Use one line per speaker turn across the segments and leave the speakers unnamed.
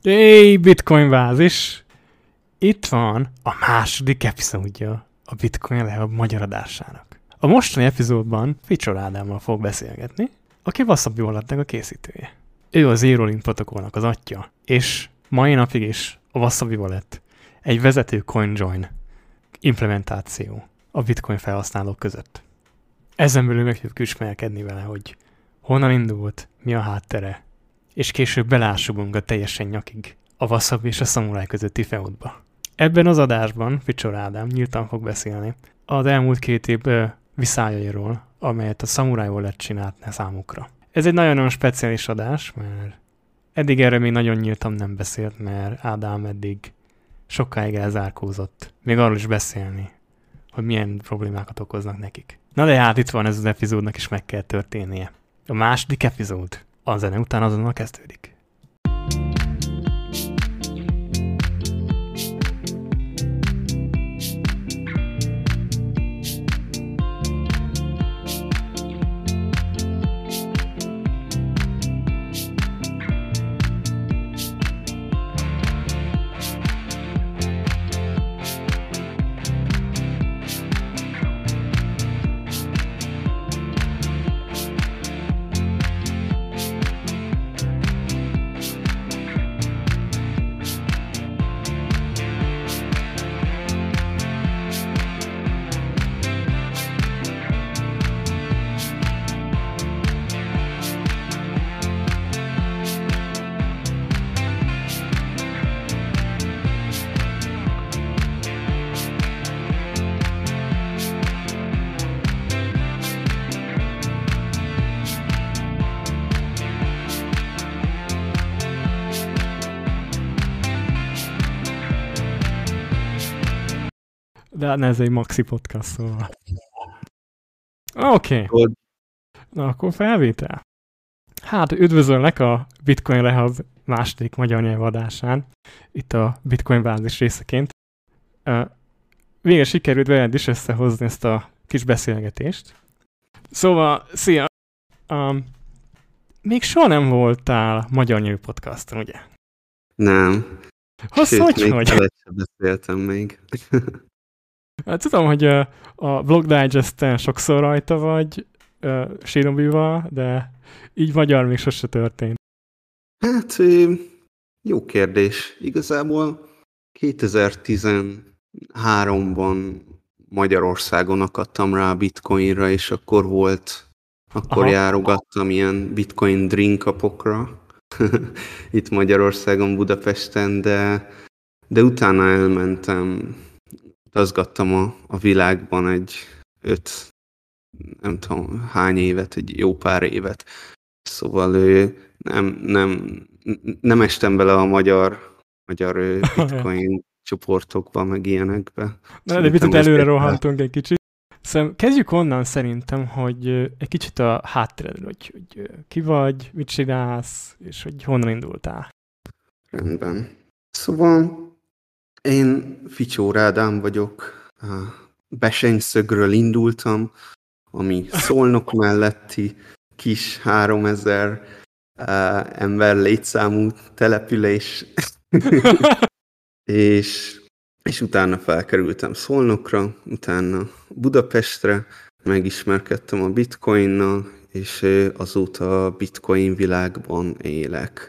Hey, Bitcoin bázis! Itt van a második epizódja a Bitcoin Lehub magyar adásának. A mostani epizódban Ficsor Ádámmal fog beszélgetni, aki Wasabi Walletnek a készítője. Ő a Zero Link protokollnak az atya, és mai napig is a Wasabi Wallet egy vezető CoinJoin implementáció a Bitcoin felhasználók között. Ezen belül meg tudjuk ismerkedni vele, hogy honnan indult, mi a háttere, és később belássunk a teljesen nyakig a Wasabi és a Samurai közötti feudba. Ebben az adásban Ficsor Ádám nyíltan fog beszélni az elmúlt 2 év viszályairól, amelyet a Samurai Wallet csinált számukra. Ez egy nagyon-nagyon speciális adás, mert eddig erre még nagyon nyíltan nem beszélt, mert Ádám eddig sokáig elzárkózott még arról is beszélni, hogy milyen problémákat okoznak nekik. Na de hát itt van ez az epizódnak is meg kell történnie. A második epizód a zene után azonnal kezdődik. De ez egy maxi podcast, szóval. Oké. Na akkor felvétel. Hát üdvözöllek a Bitcoin Lehub második magyar nyelvadásán, itt a Bitcoin bázis részeként. Végre sikerült veled is összehozni ezt a kis beszélgetést. Szóval, szia! Még soha nem voltál magyar nyelvű podcaston, ugye?
Nem.
Sőt,
még keveset beszéltem még.
Hát tudom, hogy a Blog Digest-en sokszor rajta vagy, Shinobi-val, de így magyar még sose történt.
Hát, jó kérdés. Igazából 2013-ban Magyarországon akadtam rá a bitcoinra, és akkor járogattam ilyen bitcoin drinkapokra itt Magyarországon, Budapesten, de utána elmentem, utazgattam a világban egy 5, nem tudom hány évet, egy jó pár évet. Szóval nem estem bele a magyar bitcoin csoportokba, meg ilyenekbe.
De picit előre rohantunk egy kicsit. Szóval kezdjük onnan szerintem, hogy egy kicsit a hátteredről, hogy ki vagy, mit csinálsz, és hogy honnan indultál.
Rendben. Szóval én Ficsor Ádám vagyok, Besenyszögről indultam, ami Szolnok melletti kis 3000 ember létszámú település, és utána felkerültem Szolnokra, utána Budapestre, megismerkedtem a bitcoinnal, és azóta a bitcoin világban élek.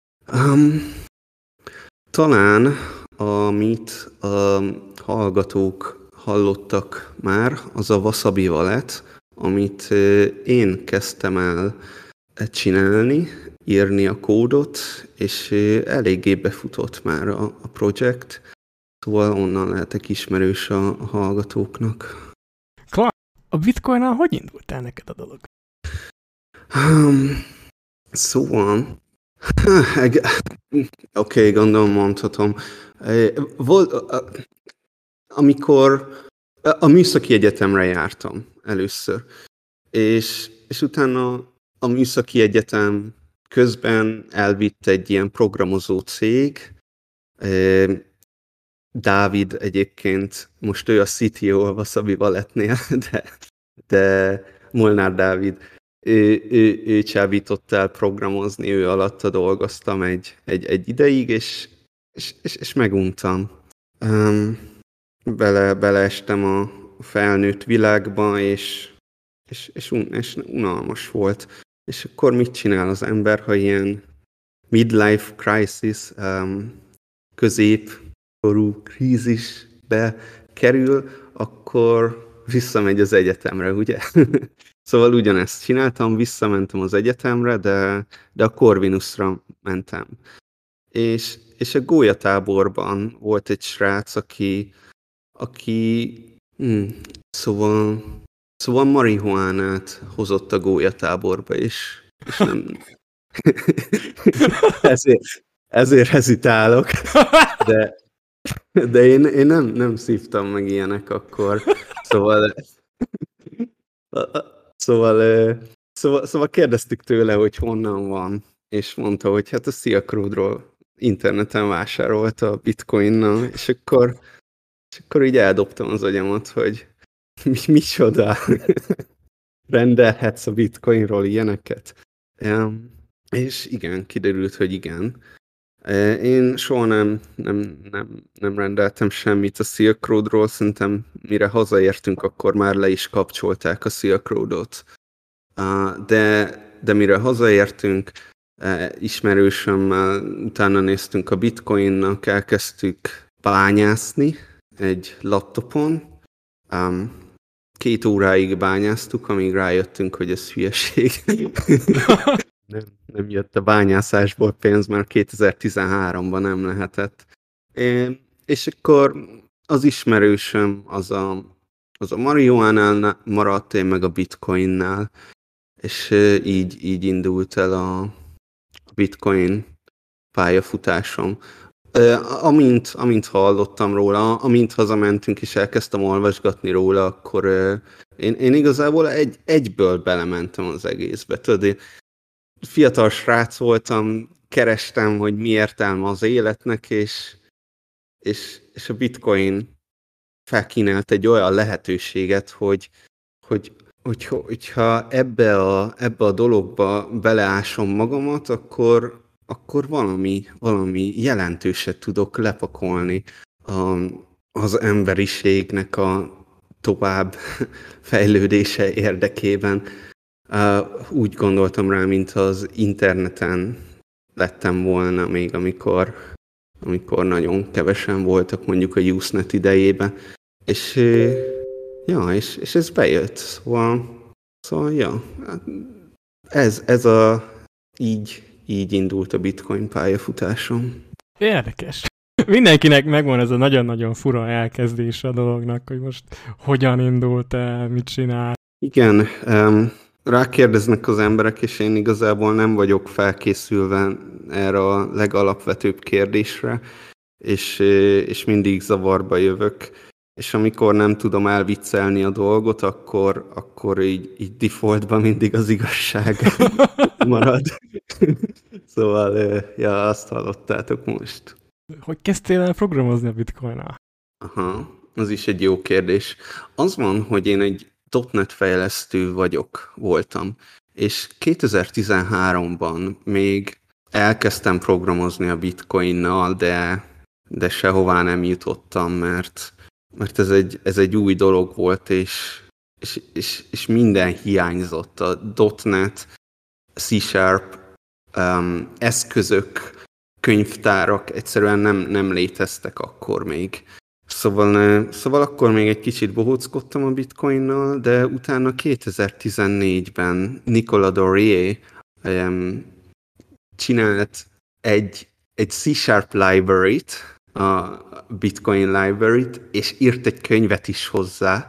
Talán amit a hallgatók hallottak már, az a Wasabi Wallet, amit én kezdtem el csinálni, írni a kódot, és eléggé befutott már a projekt, szóval onnan lehetek ismerős a hallgatóknak.
A bitcoinnal hogy indult el neked a dolog?
Szóval, oké, gondolom mondhatom. Amikor a műszaki egyetemre jártam először, és utána a műszaki egyetem közben elvitt egy ilyen programozó cég. Dávid egyébként, most ő a CTO a Wasabi Walletnél, de Molnár Dávid ő csábított el programozni, ő alatta dolgoztam egy ideig, és meguntam. Beleestem a felnőtt világba, és unalmas volt. És akkor mit csinál az ember, ha ilyen midlife crisis, középkorú krízisbe kerül, akkor visszamegy az egyetemre, ugye? Szóval ugyanezt csináltam, visszamentem az egyetemre, de a Corvinusra mentem. És a gólyatáborban volt egy srác, aki szóval marihuánát hozott a gólyatáborba, és nem... ezért hezitálok, de én nem szívtam meg ilyenek akkor. Szóval kérdeztük tőle, hogy honnan van, és mondta, hogy hát a Silk Roadról interneten vásárolta a bitcoinnal, és akkor így eldobtam az agyamat, hogy micsoda, rendelhetsz a bitcoinról ilyeneket. És igen, kiderült, hogy igen. Én soha nem rendeltem semmit a Silk Roadról, szerintem mire hazaértünk, akkor már le is kapcsolták a Silk Roadot. De mire hazaértünk, ismerősömmel utána néztünk a bitcoinnak, elkezdtük bányászni egy laptopon. 2 óráig bányáztuk, amíg rájöttünk, hogy ez hülyeség. Nem jött a bányászásból pénz, mert 2013-ban nem lehetett. És akkor az ismerősöm az a marihuánál maradt, én meg a bitcoinnál. És így indult el a bitcoin pályafutásom. Amint hallottam róla, amint hazamentünk és elkezdtem olvasgatni róla, akkor én igazából egyből belementem az egészbe. Tudod, fiatal srác voltam, kerestem, hogy mi értelme az életnek, és a bitcoin felkínált egy olyan lehetőséget, hogyha ebbe a dologba beleásom magamat, akkor valami jelentőset tudok lepakolni az emberiségnek a tovább fejlődése érdekében. Úgy gondoltam rá, mint az interneten lettem volna még, amikor nagyon kevesen voltak, mondjuk a Usenet idejében. És ez bejött. Szóval ja, így indult a bitcoin pályafutásom.
Érdekes. Mindenkinek megvan ez a nagyon-nagyon fura elkezdés a dolognak, hogy most hogyan indult el, mit csinál.
Igen, rákérdeznek az emberek, és én igazából nem vagyok felkészülve erre a legalapvetőbb kérdésre, és mindig zavarba jövök. És amikor nem tudom elviccelni a dolgot, akkor így defaultban mindig az igazság marad. Szóval, azt hallottátok most.
Hogy kezdtél el programozni a bitcoinnal?
Aha, az is egy jó kérdés. Az van, hogy én egy .NET fejlesztő voltam, és 2013-ban még elkezdtem programozni a bitcoinnal, de sehová nem jutottam, mert ez egy új dolog volt, és minden hiányzott. A .NET, C#, eszközök, könyvtárak egyszerűen nem léteztek akkor még. Szóval akkor még egy kicsit bohóckodtam a bitcoinnal, de utána 2014-ben Nicolas Dorier csinált egy C# library-t, a Bitcoin library-t, és írt egy könyvet is hozzá.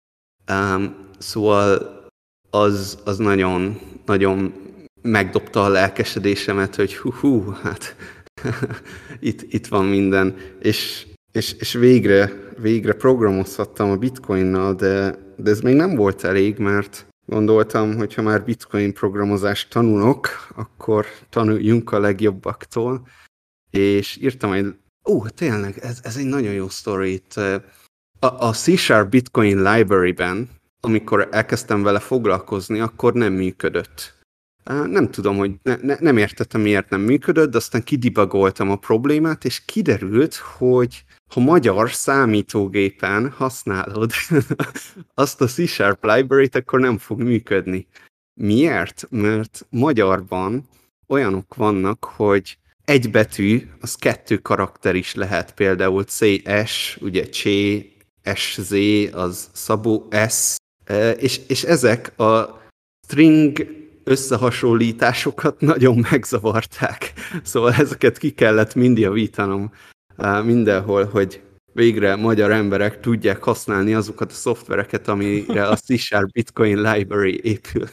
Szóval az nagyon, nagyon megdobta a lelkesedésemet, hogy hát itt van minden. És végre programozhattam a bitcoinnal, de ez még nem volt elég, mert gondoltam, hogy ha már bitcoin programozást tanulok, akkor tanuljunk a legjobbaktól. És írtam egy tényleg, ez egy nagyon jó sztori. A C# Bitcoin Library-ben amikor elkezdtem vele foglalkozni, akkor nem működött. Nem tudom, hogy nem értettem, miért nem működött, de aztán kidibagoltam a problémát, és kiderült, hogy ha magyar számítógépen használod azt a C# library-t, akkor nem fog működni. Miért? Mert magyarban olyanok vannak, hogy egy betű, az 2 karakter is lehet, például CS, ugye Csé, SZ, az Szabó, S, és ezek a string összehasonlításokat nagyon megzavarták. Szóval ezeket ki kellett mind javítanom mindenhol, hogy végre magyar emberek tudják használni azokat a szoftvereket, amire a C# Bitcoin Library épül.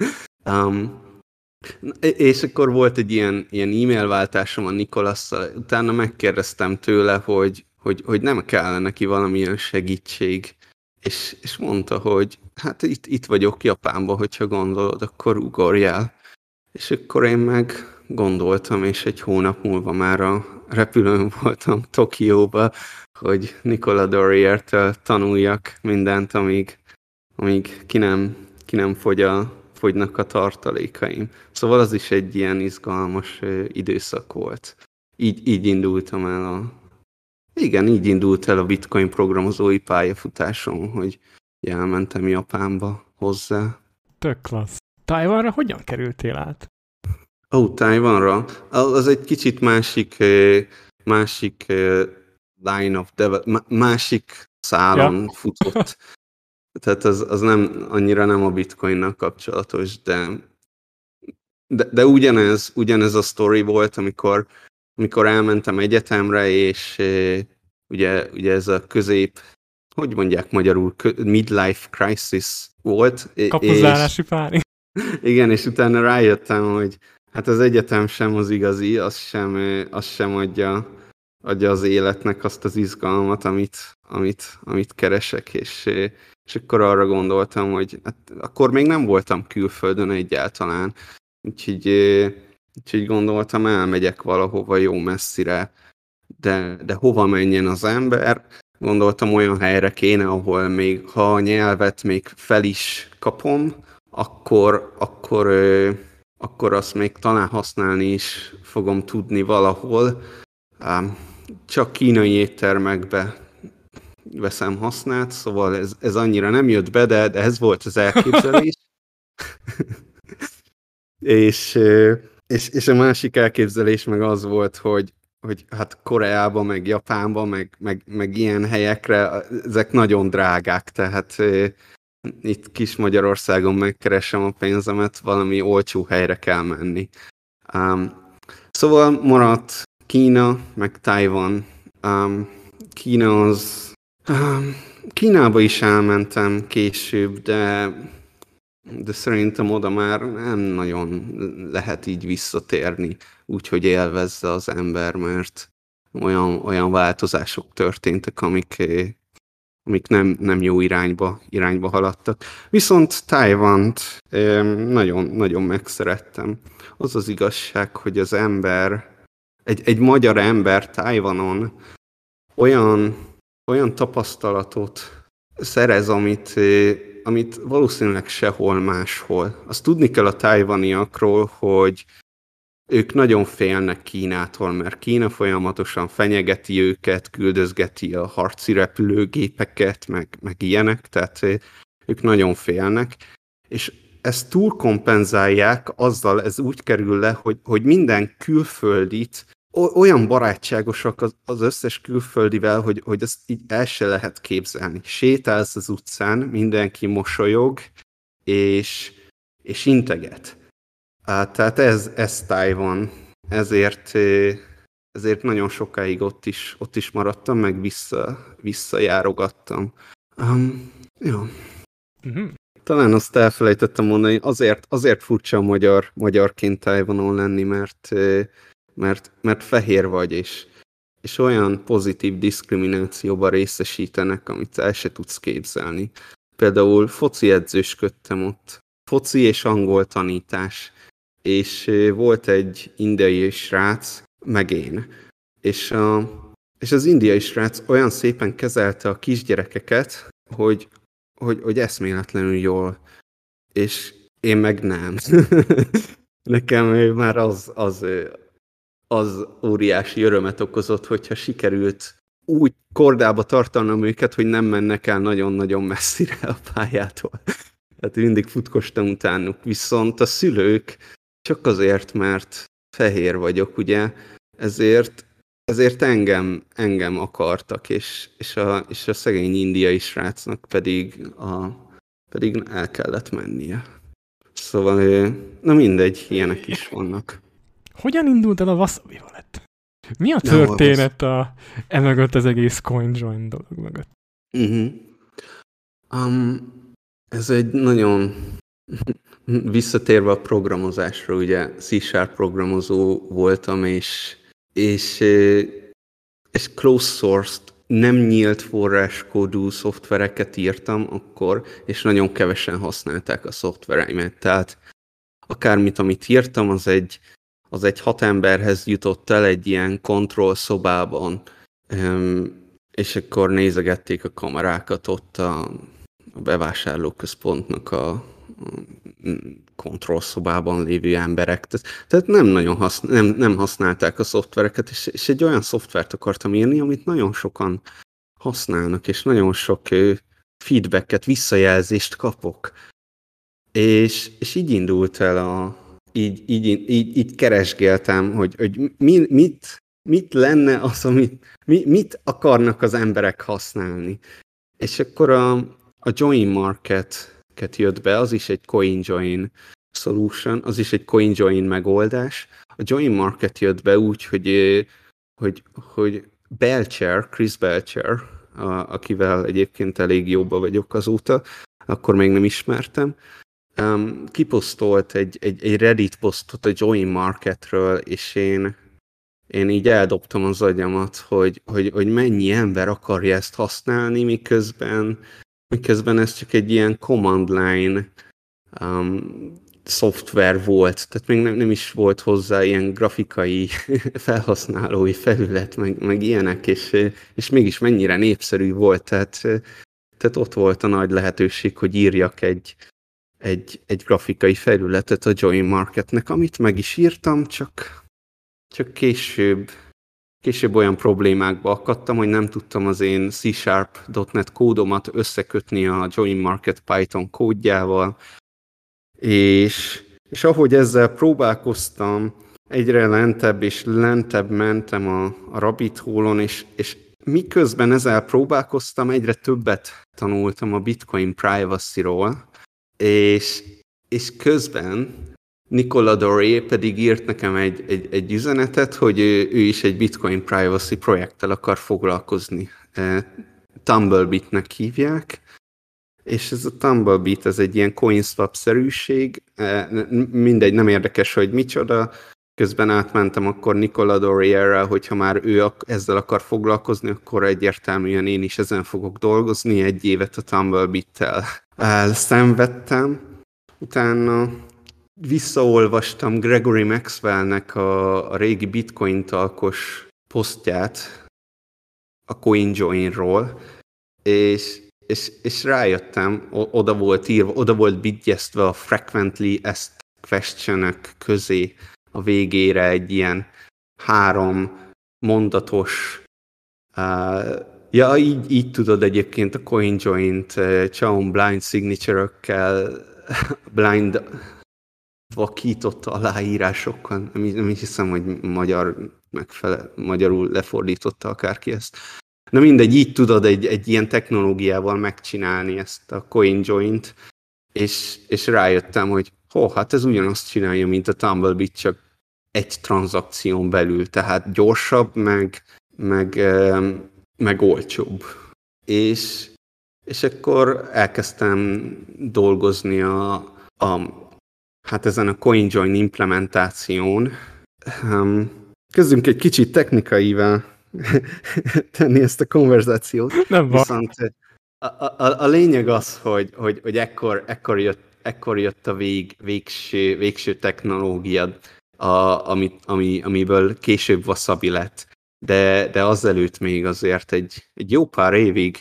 És akkor volt egy ilyen e-mail váltásom a Nikolasszal, utána megkérdeztem tőle, hogy nem kellene neki valamilyen segítség, és mondta, hogy hát itt vagyok Japánban, hogyha gondolod, akkor ugorjál. És akkor én meg gondoltam, és egy hónap múlva már a repülőn voltam Tokióba, hogy Nicola Dorier-től tanuljak mindent, amíg ki nem fogynak a tartalékaim. Szóval az is egy ilyen izgalmas időszak volt. Így indultam el így indult el a Bitcoin programozói pályafutásom, hogy elmentem Japánba hozzá.
Tök klassz. Tajvanra hogyan kerültél át?
Tajvanra? Az egy kicsit másik line of másik szálon futott. Tehát az nem, annyira nem a Bitcoinnal kapcsolatos, de ugyanez a sztori volt, amikor elmentem egyetemre, és ugye ez a hogy mondják magyarul, midlife crisis volt.
Kapuzárási pári.
Igen, és utána rájöttem, hogy hát az egyetem sem az igazi, az sem adja az életnek azt az izgalmat, amit keresek, és akkor arra gondoltam, hogy hát akkor még nem voltam külföldön egyáltalán, úgyhogy gondoltam, elmegyek valahova jó messzire, de hova menjen az ember? Gondoltam, olyan helyre kéne, ahol még ha a nyelvet még fel is kapom, akkor azt még talán használni is fogom tudni valahol. Csak kínai éttermekbe veszem hasznát, szóval ez annyira nem jött be, de ez volt az elképzelés. és a másik elképzelés meg az volt, hogy hát Koreában, meg Japánban, meg ilyen helyekre, ezek nagyon drágák, tehát itt kis Magyarországon megkeresem a pénzemet, valami olcsó helyre kell menni. Szóval maradt Kína, meg Tajvan. Kínába is elmentem később, de szerintem oda már nem nagyon lehet így visszatérni, úgyhogy élvezze az ember, mert olyan változások történtek, amik nem jó irányba haladtak. Viszont Tajvant nagyon, nagyon megszerettem. Az az igazság, hogy az ember, egy magyar ember Tajvanon olyan tapasztalatot szerez, amit valószínűleg sehol máshol. Azt tudni kell a tajvaniakról, hogy ők nagyon félnek Kínától, mert Kína folyamatosan fenyegeti őket, küldözgeti a harci repülőgépeket, meg ilyenek, tehát ők nagyon félnek. És ezt túlkompenzálják azzal, ez úgy kerül le, hogy minden külföldit olyan barátságosak az összes külföldivel, hogy ezt így el se lehet képzelni. Sétálsz az utcán, mindenki mosolyog, és integet. Tehát ez Tajvan. Ezért nagyon sokáig ott is maradtam, meg visszajárogattam. Ja. Uh-huh. Talán azt elfelejtettem mondani, azért furcsa magyarként Tajvanon lenni, mert fehér vagy, és olyan pozitív diszkriminációban részesítenek, amit el se tudsz képzelni. Például foci edzősködtem ott. Foci és angol tanítás. És volt egy indiai srác, meg én. És az indiai srác olyan szépen kezelte a kisgyerekeket, hogy hogy eszméletlenül jól, és én meg nem. Nekem már az óriási örömet okozott, hogyha sikerült úgy kordába tartanom őket, hogy nem mennek el nagyon-nagyon messzire a pályától. Tehát mindig futkostam utánuk. Viszont a szülők csak azért, mert fehér vagyok, ugye, ezért engem akartak, és a szegény indiai srácnak pedig el kellett mennie. Szóval, na mindegy, ilyenek is vannak.
Hogyan indult el a Wasabi Wallet? Mi a történet emögött az egész CoinJoin dolog mögött?
Ez egy nagyon... Visszatérve a programozásra, ugye C# programozó voltam, és closed sourced, nem nyílt forráskódú szoftvereket írtam akkor, és nagyon kevesen használták a szoftvereimet. Tehát akármit, amit írtam, az egy 6 emberhez jutott el egy ilyen kontroll szobában, és akkor nézegették a kamerákat ott a bevásárlóközpontnak a kontrollszobában lévő emberek. Tehát nem nagyon nem használták a szoftvereket, és egy olyan szoftvert akartam írni, amit nagyon sokan használnak, és nagyon sok feedbacket, visszajelzést kapok. És így indult el így keresgéltem, hogy mit lenne az, mit akarnak az emberek használni. És akkor a Join Market jött be, az is egy CoinJoin solution, az is egy CoinJoin megoldás. A Join Market jött be úgy, hogy Belcher, Chris Belcher, akivel egyébként elég jóba vagyok azóta, akkor még nem ismertem, kiposztolt egy Reddit posztot a Join Marketről, és én így eldobtam az agyamat, hogy mennyi ember akarja ezt használni, miközben ez csak egy ilyen command line szoftver volt, tehát még nem is volt hozzá ilyen grafikai felhasználói felület, meg ilyenek, és mégis mennyire népszerű volt, tehát ott volt a nagy lehetőség, hogy írjak egy grafikai felületet a Join Marketnek, amit meg is írtam, csak később olyan problémákba akadtam, hogy nem tudtam az én C#.NET kódomat összekötni a Join Market Python kódjával, és ahogy ezzel próbálkoztam, egyre lentebb és lentebb mentem a rabbit hole-on, és miközben ezzel próbálkoztam, egyre többet tanultam a Bitcoin privacy-ról, és közben Nicola Doré pedig írt nekem egy üzenetet, hogy ő is egy Bitcoin privacy projekttel akar foglalkozni. Tumblebit-nek hívják, és ez a Tumblebit, ez egy ilyen CoinSwap-szerűség, mindegy, nem érdekes, hogy micsoda. Közben átmentem akkor Nicola Doré-re, hogyha már ő ezzel akar foglalkozni, akkor egyértelműen én is ezen fogok dolgozni. 1 évet a Tumblebit-tel elszenvedtem. Utána visszaolvastam Gregory Maxwell-nek a régi Bitcoin talkos posztját a CoinJoin-ról, és rájöttem, oda volt bigyeztve a frequently asked questionek közé a végére egy ilyen 3 mondatos, így tudod egyébként a CoinJoin-t Chaum blind signature-ökkel, blind vakított aláírásokkal, nem is hiszem, hogy magyarul lefordította akárki ezt. Na mindegy, így tudod egy ilyen technológiával megcsinálni ezt a CoinJoin-t, és rájöttem, hogy hát ez ugyanazt csinálja, mint a Tumblebit, csak egy tranzakción belül, tehát gyorsabb, meg olcsóbb. És akkor elkezdtem dolgozni ezen a CoinJoin implementáción. Kezdünk egy kicsit technikaival tenni ezt a konverzációt.
Nem van.
Viszont a lényeg az, hogy ekkor jött a végső technológia, amiből később Wasabi lett. De azelőtt még azért egy jó pár évig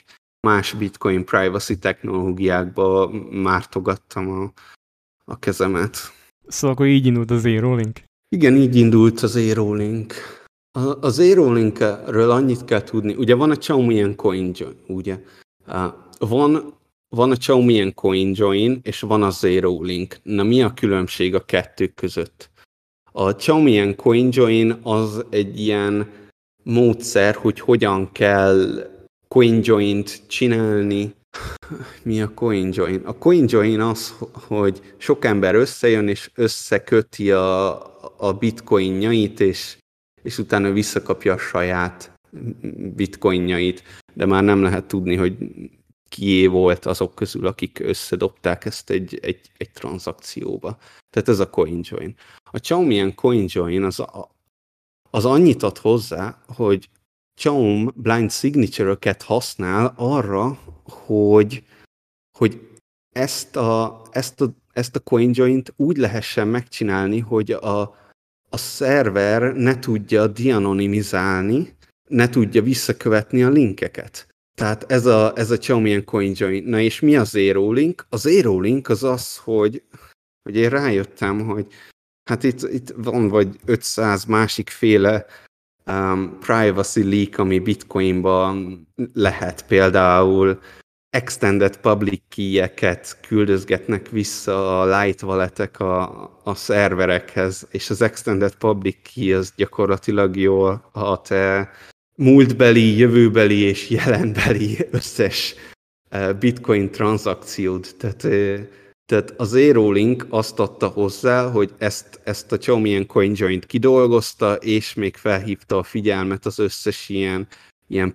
más bitcoin privacy technológiákba mártogattam a kezemet.
Szóval akkor így indult az Zero-Link?
Igen, így indult az Zero-Link. A Zero-Linkről annyit kell tudni, ugye van a Chaumian CoinJoin, ugye? Van a Chaumian CoinJoin, és van a Zero-Link. Na mi a különbség a kettő között? A Chaumian CoinJoin az egy ilyen módszer, hogy hogyan kell CoinJoint csinálni. Mi a CoinJoin? A CoinJoin az, hogy sok ember összejön, és összeköti a bitcoinjait, és utána visszakapja a saját bitcoinjait. De már nem lehet tudni, hogy kié volt azok közül, akik összedobták ezt egy tranzakcióba. Tehát ez a CoinJoin. A Chaumian CoinJoin az annyit ad hozzá, hogy Chaum blind signature-öket használ arra, hogy ezt a CoinJoint úgy lehessen megcsinálni, hogy a szerver ne tudja de-anonimizálni, ne tudja visszakövetni a linkeket. Tehát ez a Chaumian CoinJoin. Na és mi a Zero-Link? A Zero-Link az, hogy én rájöttem, hogy hát itt van vagy 500 másikféle privacy leak, ami bitcoinban lehet, például extended public key-eket küldözgetnek vissza a light walletek a szerverekhez, és az extended public key az gyakorlatilag jól a te múltbeli, jövőbeli és jelenbeli összes bitcoin tranzakciód. Tehát a Zero-Link azt adta hozzá, hogy ezt a Chaumian CoinJoint kidolgozta, és még felhívta a figyelmet az összes ilyen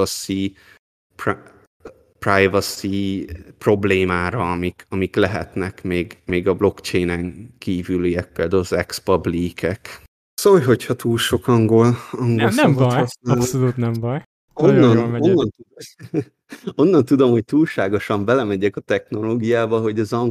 privacy problémára, amik lehetnek még a blockchainen kívüliek, például az ex-public-ek. Szólj, hogyha túl sok angol
nem baj, abszolút nem baj.
Onnan tudom, hogy túlságosan belemegyek a technológiába, hogy az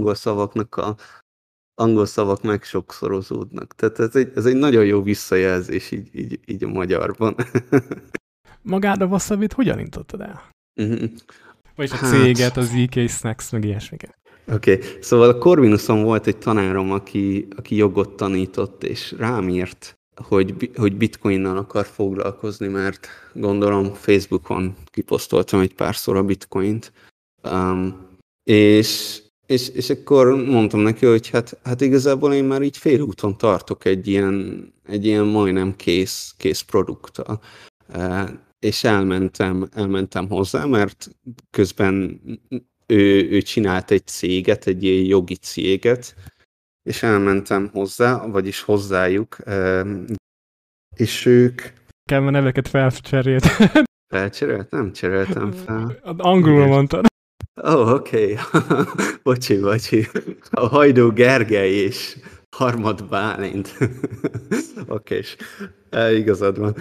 angol szavak meg sokszorozódnak. Tehát ez egy nagyon jó visszajelzés így a magyarban.
Magát a Wasabi-t hogyan intottad el? Vagy a céget, az EK Snacks, meg ilyesmiket.
Oké. Szóval a Corvinuson volt egy tanárom, aki jogot tanított, és rám írt, hogy bitcoinnal akar foglalkozni, mert gondolom Facebookon kiposztoltam egy párszor a bitcoint. És akkor mondtam neki, hogy hát igazából én már így félúton tartok egy ilyen majdnem kész produkttal. És elmentem hozzá, mert közben ő csinált egy céget, egy ilyen jogi céget, és elmentem hozzá, vagyis hozzájuk, és ők...
Kell a neveket felcserélt.
Felcserélt? Nem cseréltem fel.
Angolul mondtad.
Oké. Bocsi. A Hajdó Gergely és Harmad Bálint. Oké, igazad van.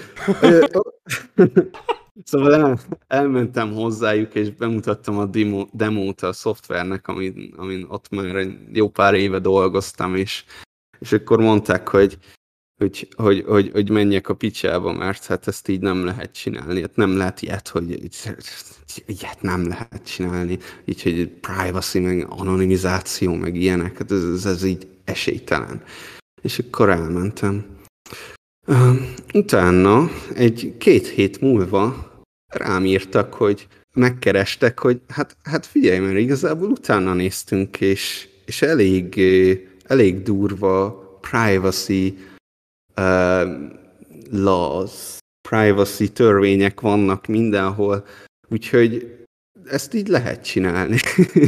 Szóval elmentem hozzájuk, és bemutattam a demót a szoftvernek, amin ott már jó pár éve dolgoztam, és akkor mondták, hogy menjek a picsába, mert hát ezt így nem lehet csinálni. Hát nem lehet ilyet nem lehet csinálni. Így, hogy privacy, meg anonimizáció, meg ilyenek, hát ez így esélytelen. És akkor elmentem. Utána 2 hét múlva rám írtak, hogy megkerestek, hogy hát figyelj, mert igazából utána néztünk, és elég durva privacy laws, privacy törvények vannak mindenhol, úgyhogy ezt így lehet csinálni.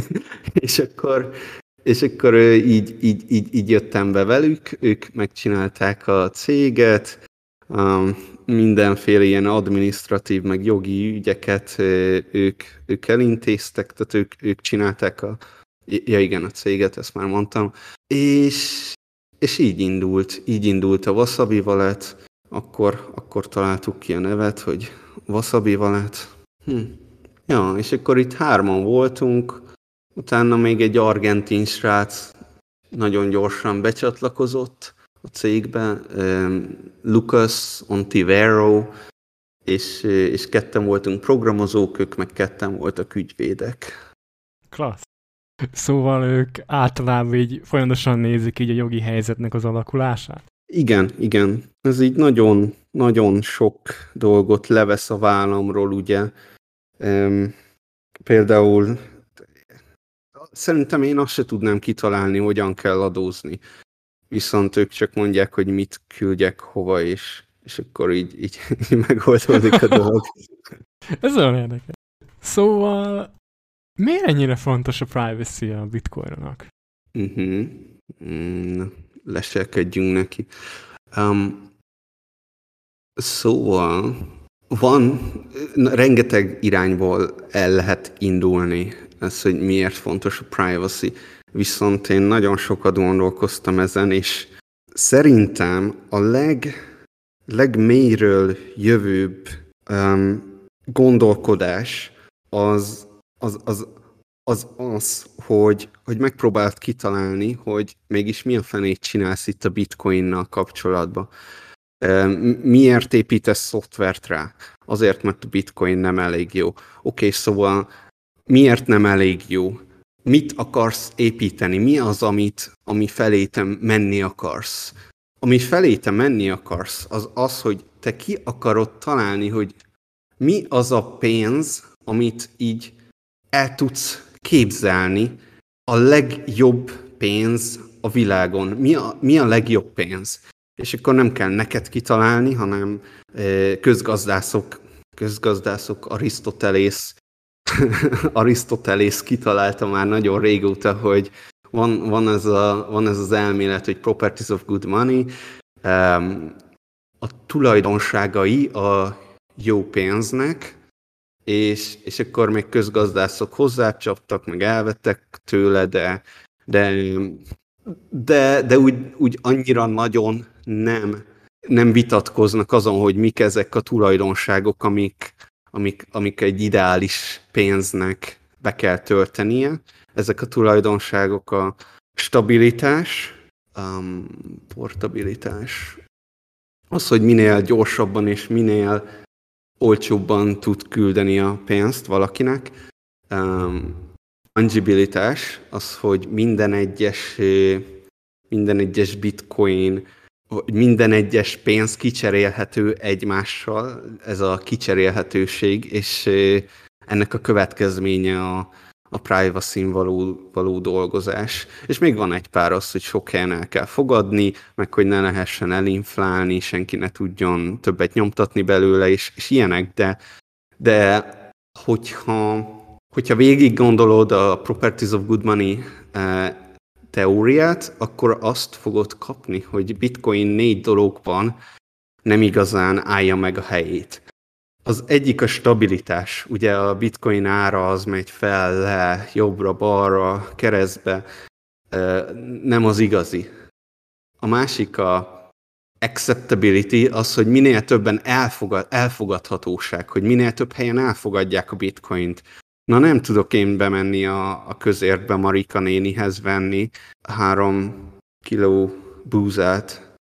és akkor így jöttem be velük, ők megcsinálták a céget, mindenféle ilyen adminisztratív, meg jogi ügyeket ők elintéztek, tehát ők csinálták a céget, ezt már mondtam, és így indult a Wasabi Wallet, akkor találtuk ki a nevet, hogy Wasabi Wallet. Ja, és akkor itt 3-an voltunk, utána még egy argentin srác nagyon gyorsan becsatlakozott a cégbe, Lucas Ontivero, és ketten voltunk programozók, ők meg ketten voltak ügyvédek.
Klassz. Szóval ők általában így folyamatosan nézik így a jogi helyzetnek az alakulását?
Igen. Ez így nagyon, nagyon sok dolgot levesz a vállamról, ugye. Például szerintem én azt se tudnám kitalálni, hogyan kell adózni. Viszont ők csak mondják, hogy mit küldjek hova, és akkor így megoldódik a dolog.
Ez olyan érdekes. Szóval miért ennyire fontos a privacy a Bitcoinnak?
Leselkedjünk neki. Szóval rengeteg irányból el lehet indulni, ez, hogy miért fontos a privacy. Viszont én nagyon sokat gondolkoztam ezen, és szerintem a legmélyről jövőbb gondolkodás az, hogy megpróbált kitalálni, hogy mégis mi a fenét csinálsz itt a bitcoinnal kapcsolatban. Miért építesz szoftvert rá? Azért, mert a bitcoin nem elég jó. Oké, szóval miért nem elég jó? Mit akarsz építeni? Mi az, ami felé te menni akarsz? Ami felé te menni akarsz, az, hogy te ki akarod találni, hogy mi az a pénz, amit így el tudsz képzelni, a legjobb pénz a világon. Mi a legjobb pénz? És akkor nem kell neked kitalálni, hanem közgazdászok Arisztotelész kitalálta már nagyon régóta, hogy van ez az elmélet, hogy properties of good money, a tulajdonságai a jó pénznek, és akkor még közgazdászok hozzácsaptak, meg elvettek tőle, de úgy annyira nagyon nem vitatkoznak azon, hogy mik ezek a tulajdonságok, amik egy ideális pénznek be kell töltenie. Ezek a tulajdonságok a stabilitás, portabilitás, az, hogy minél gyorsabban és minél olcsóbban tud küldeni a pénzt valakinek. Fungibilitás, az, hogy minden egyes bitcoin, minden egyes pénz kicserélhető egymással, ez a kicserélhetőség, és ennek a következménye a privacy-n való dolgozás. És még van egy pár az, hogy sok helyen el kell fogadni, meg hogy ne lehessen elinflálni, senki ne tudjon többet nyomtatni belőle, és ilyenek, de hogyha végig gondolod a Properties of Good Money teóriát, akkor azt fogod kapni, hogy Bitcoin 4 dologban nem igazán állja meg a helyét. Az egyik a stabilitás. Ugye a Bitcoin ára az megy fel, le, jobbra, balra, keresztbe. Nem az igazi. A másik a acceptability, az, hogy minél többen elfogadhatóság, hogy minél több helyen elfogadják a Bitcoint. Na nem tudok én bemenni a közértbe Marika nénihez venni 3 kiló búzát.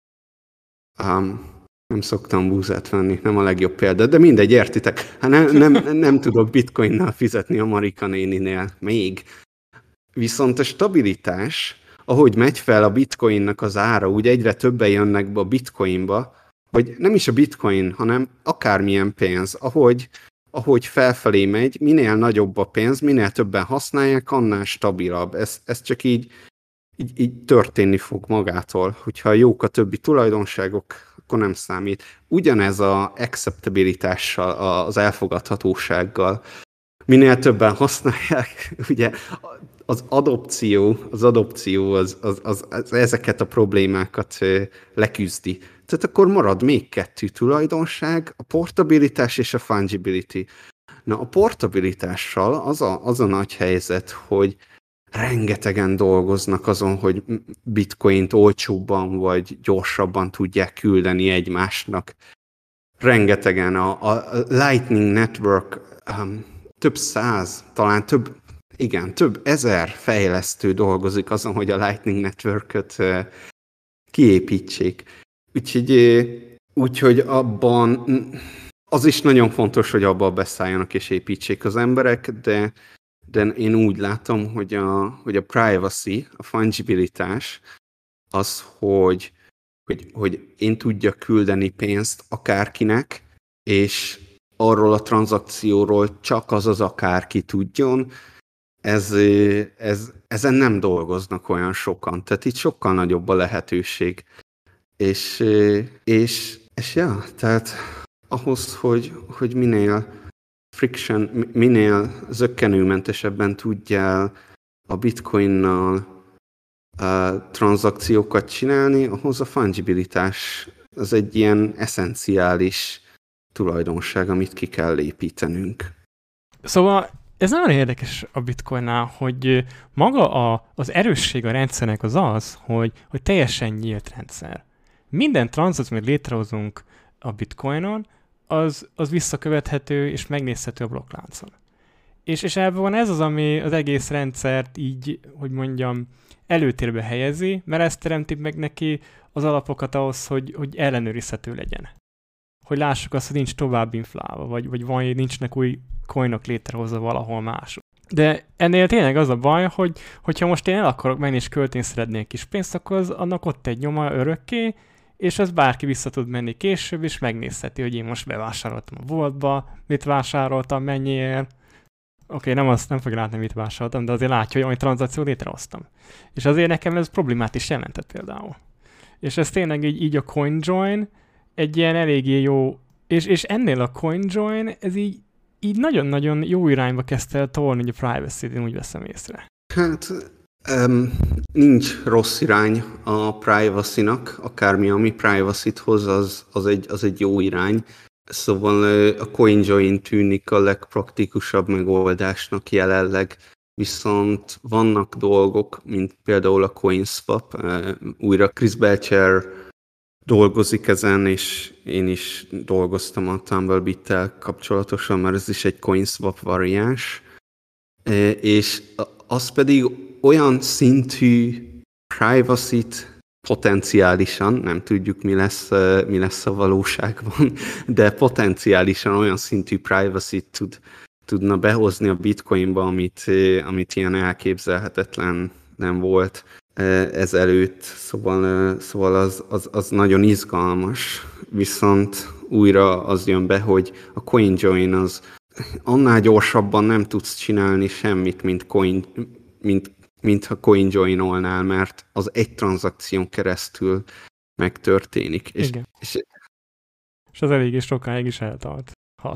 Nem szoktam búzát venni, nem a legjobb példa, de mindegy, értitek. Hát nem tudok bitcoinnal fizetni a Marika néninél még. Viszont a stabilitás, ahogy megy fel a bitcoinnak az ára, úgy egyre többen jönnek be a bitcoinba, vagy nem is a bitcoin, hanem akármilyen pénz, ahogy felfelé megy, minél nagyobb a pénz, minél többen használják, annál stabilabb. Ez csak így történni fog magától. Hogyha jók a többi tulajdonságok, akkor nem számít. Ugyanez az acceptabilitással, az elfogadhatósággal. Minél többen használják, ugye az adopció az ezeket a problémákat leküzdi. Tehát akkor marad még 2 tulajdonság, a portabilitás és a fungibility. Na, a portabilitással az a nagy helyzet, hogy rengetegen dolgoznak azon, hogy bitcoint olcsóbban vagy gyorsabban tudják küldeni egymásnak. Rengetegen. A Lightning Network több 100, talán több ezer fejlesztő dolgozik azon, hogy a Lightning Network-öt kiépítsék. Úgyhogy abban az is nagyon fontos, hogy abba beszálljanak és építsék az emberek, de én úgy látom, hogy a privacy, a fungibilitás az, hogy én tudjak küldeni pénzt akárkinek, és arról a tranzakcióról csak az akárki tudjon, ezen nem dolgoznak olyan sokan. Tehát itt sokkal nagyobb a lehetőség. És ja, tehát ahhoz, hogy minél zökkenőmentesebben tudjál a bitcoinnal tranzakciókat csinálni, ahhoz a fungibilitás az egy ilyen eszenciális tulajdonság, amit ki kell építenünk.
Szóval ez nagyon érdekes a bitcoinnál, hogy maga az erősség a rendszernek az, hogy teljesen nyílt rendszer. Minden tranzakció, amit létrehozunk a bitcoinon, az visszakövethető és megnézhető a blokkláncon. És ebben van ez az, ami az egész rendszert így, hogy mondjam, előtérbe helyezi, mert ez teremti meg neki az alapokat ahhoz, hogy ellenőrizhető legyen. Hogy lássuk azt, hogy nincs tovább inflálva, vagy nincsenek új coinok létrehozva valahol máshol. De ennél tényleg az a baj, hogyha most én el akarok menni és költeni szeretnék kis pénzt, akkor annak ott egy nyoma örökké, és az bárki vissza tud menni később, és megnézheti, hogy én most bevásároltam a boltba, mit vásároltam, mennyiért. Oké, nem fogja látni, mit vásároltam, de azért látja, hogy olyan tranzakciót létrehoztam. És azért nekem ez problémát is jelentett például. És ez tényleg így a CoinJoin egy ilyen eléggé jó, és ennél a CoinJoin, ez így nagyon-nagyon jó irányba kezdte el tolni a privacy-t, én úgy veszem észre.
Hát nincs rossz irány a privacy-nak, akármi, ami privacy-t hoz, az egy jó irány. Szóval a CoinJoin tűnik a legpraktikusabb megoldásnak jelenleg, viszont vannak dolgok, mint például a CoinSwap, újra Chris Belcher dolgozik ezen, és én is dolgoztam a Tumblebit-tel kapcsolatosan, mert ez is egy CoinSwap variáns, és az pedig olyan szintű privacy-t potenciálisan, nem tudjuk mi lesz a valóságban, de potenciálisan olyan szintű privacy-t tudna behozni a bitcoinba, amit ilyen elképzelhetetlen nem volt ezelőtt, szóval az nagyon izgalmas, viszont újra az jön be, hogy a CoinJoin az annál gyorsabban nem tudsz csinálni semmit, mint ha CoinJoin-olnál, mert az egy tranzakción keresztül megtörténik.
Igen. És az eléggé sokáig is eltart.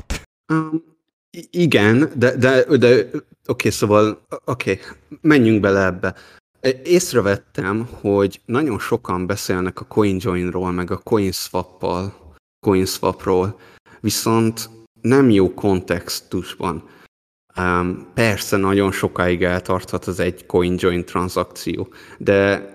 Igen, de szóval menjünk bele ebbe. Észrevettem, hogy nagyon sokan beszélnek a CoinJoin-ról, meg a CoinSwap-ról, viszont nem jó kontextusban. Persze nagyon sokáig eltarthat az egy CoinJoin tranzakció, de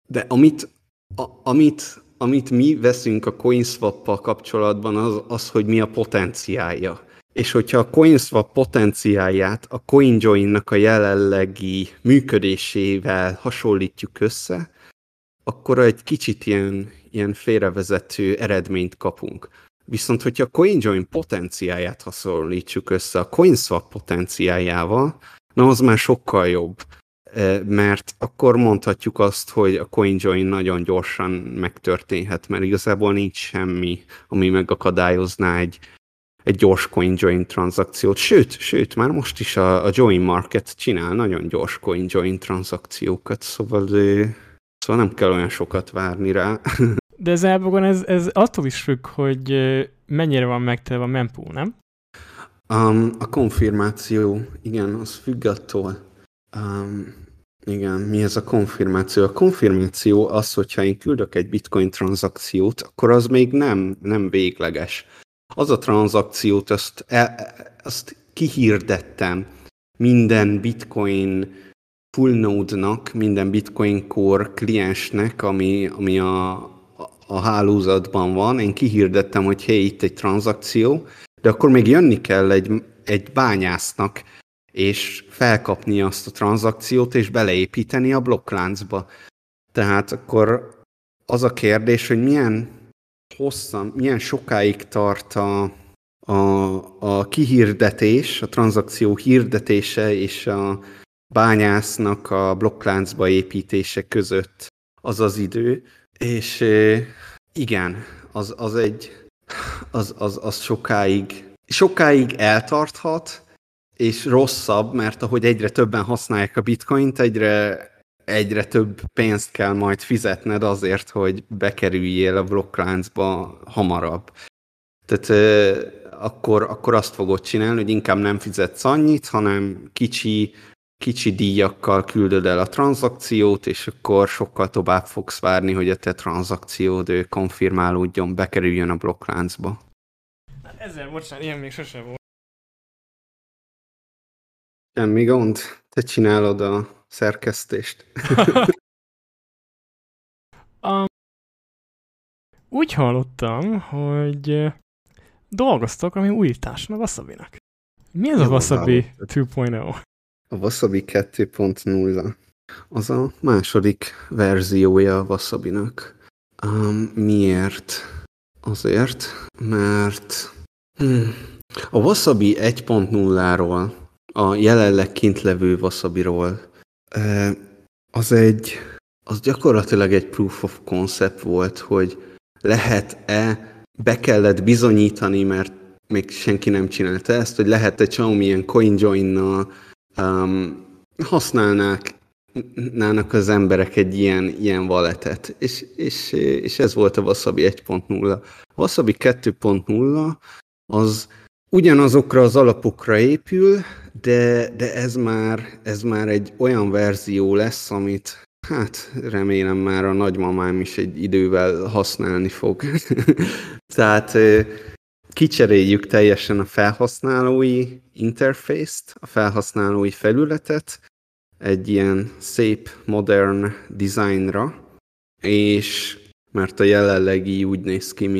amit mi veszünk a CoinSwap-pal kapcsolatban, az, hogy mi a potenciálja. És hogyha a CoinSwap potenciálját a CoinJoin-nak a jelenlegi működésével hasonlítjuk össze, akkor egy kicsit ilyen félrevezető eredményt kapunk. Viszont, hogyha a CoinJoin potenciáját hasonlítsuk össze a CoinSwap potenciájával, na az már sokkal jobb, mert akkor mondhatjuk azt, hogy a CoinJoin nagyon gyorsan megtörténhet, mert igazából nincs semmi, ami megakadályozná egy gyors CoinJoin tranzakciót. Sőt, már most is a Join Market csinál nagyon gyors CoinJoin tranzakciókat, szóval nem kell olyan sokat várni rá.
De ez elbogon, ez attól is függ, hogy mennyire van megtelve a mempool, nem?
A konfirmáció, igen, az függ attól. Igen, mi ez a konfirmáció? A konfirmáció az, hogyha én küldök egy bitcoin tranzakciót, akkor az még nem végleges. Az a tranzakciót, azt kihirdettem minden bitcoin full node-nak, minden bitcoin core kliensnek, ami a hálózatban van. Én kihirdettem, hogy hé, itt egy tranzakció, de akkor még jönni kell egy bányásznak, és felkapni azt a tranzakciót, és beleépíteni a blokkláncba. Tehát akkor az a kérdés, hogy milyen sokáig tart a kihirdetés, a tranzakció hirdetése és a bányásznak a blokkláncba építése között az idő, és igen, az sokáig eltarthat, és rosszabb, mert ahogy egyre többen használják a bitcoint, egyre több pénzt kell majd fizetned azért, hogy bekerüljél a blokkláncba hamarabb. Tehát akkor azt fogod csinálni, hogy inkább nem fizetsz annyit, hanem kicsi díjakkal küldöd el a tranzakciót, és akkor sokkal tovább fogsz várni, hogy a te tranzakciód konfirmálódjon, bekerüljön a blokkláncba.
Hát ezzel, bocsánat, ilyen még sose volt.
Semmi gond, te csinálod a szerkesztést.
Úgy hallottam, hogy dolgoztok ami újításon a Wasabi-nak. Mi ez a Wasabi 2.0?
A Wasabi 2.0 az a második verziója a Wasabi-nak. Miért? Azért, mert a Wasabi 1.0-ról, a jelenleg kint levő Wasabiról, az gyakorlatilag egy proof of concept volt, hogy lehet-e, be kellett bizonyítani, mert még senki nem csinálta ezt, hogy lehet-e Xiaomi-en CoinJoin-nal használnának az emberek egy ilyen walletet. És ez volt a Wasabi 1.0. A Wasabi 2.0 az ugyanazokra az alapokra épül, de ez már egy olyan verzió lesz, amit hát remélem már a nagymamám is egy idővel használni fog. Tehát kicseréljük teljesen a felhasználói interfészt, a felhasználói felületet egy ilyen szép, modern designra, és mert a jelenlegi úgy néz ki,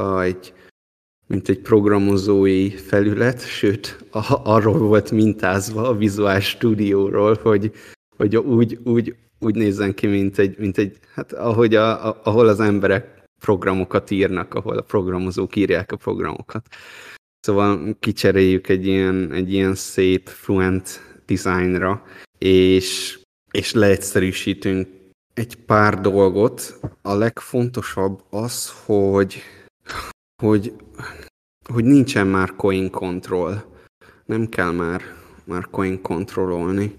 mint egy programozói felület, sőt, arról volt mintázva a Visual Studioról, hogy úgy nézzen ki, mint egy hát ahol az emberek programokat írnak, ahol a programozók írják a programokat. Szóval kicseréljük egy ilyen szép, fluent designra, és leegyszerűsítünk egy pár dolgot. A legfontosabb az, hogy nincsen már coin control. Nem kell már coin contrololni.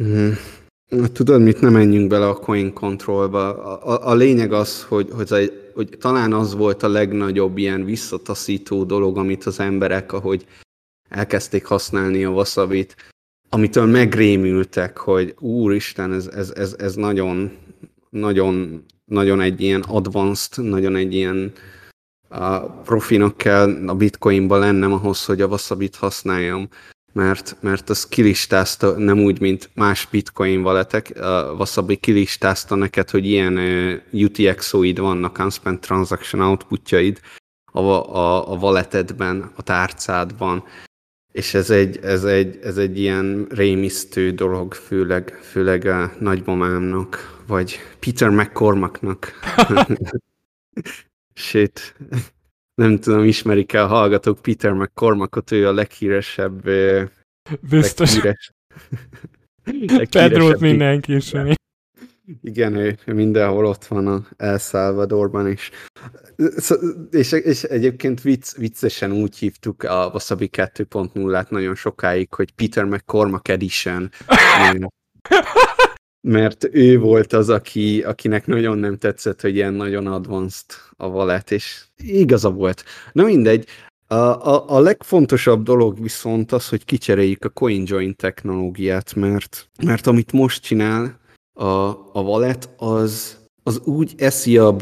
Tudod mit, nem menjünk bele a coin controlba. A lényeg az, hogy talán az volt a legnagyobb ilyen visszataszító dolog, amit az emberek, ahogy elkezdték használni a Wasabit, amitől megrémültek, hogy úristen, ez nagyon, nagyon, nagyon egy ilyen advanced, nagyon egy ilyen profinak kell a bitcoinba lennem ahhoz, hogy a Wasabit használjam. Mert az kilistázta, nem úgy, mint más bitcoin walletek, a Wasabi kilistázta neked, hogy ilyen UTXO-id vannak, unspent transaction outputjaid a walletedben, a tárcádban, és ez egy ilyen rémisztő dolog, főleg a nagymamámnak, vagy Peter McCormacknak. Shit. Nem tudom, ismerik-e a hallgatók Peter McCormackot, ő a leghíresebb...
Biztos. Pedrót mindenki ismeri.
Igen, ő mindenhol ott van a El Salvadorban is. És egyébként viccesen úgy hívtuk a Wasabi 2.0-át nagyon sokáig, hogy Peter McCormack Edition. Mert ő volt az, akinek nagyon nem tetszett, hogy ilyen nagyon advanced a wallet, és igaza volt. Na mindegy, a legfontosabb dolog viszont az, hogy kicseréljük a CoinJoin technológiát, mert amit most csinál a wallet, az úgy eszi a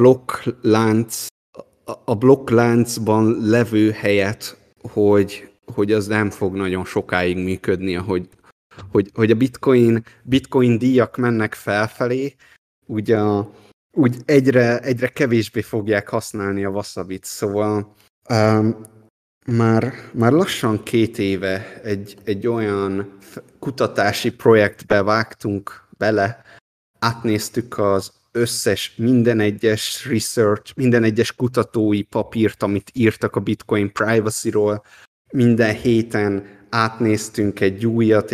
blokkláncban levő helyet, hogy az nem fog nagyon sokáig működni, hogy a bitcoin díjak mennek felfelé, úgy egyre kevésbé fogják használni a Wasabit. Szóval már lassan 2 éve egy olyan kutatási projektbe vágtunk bele, átnéztük az összes, minden egyes research, minden egyes kutatói papírt, amit írtak a Bitcoin privacy-ról, minden héten átnéztünk egy újat,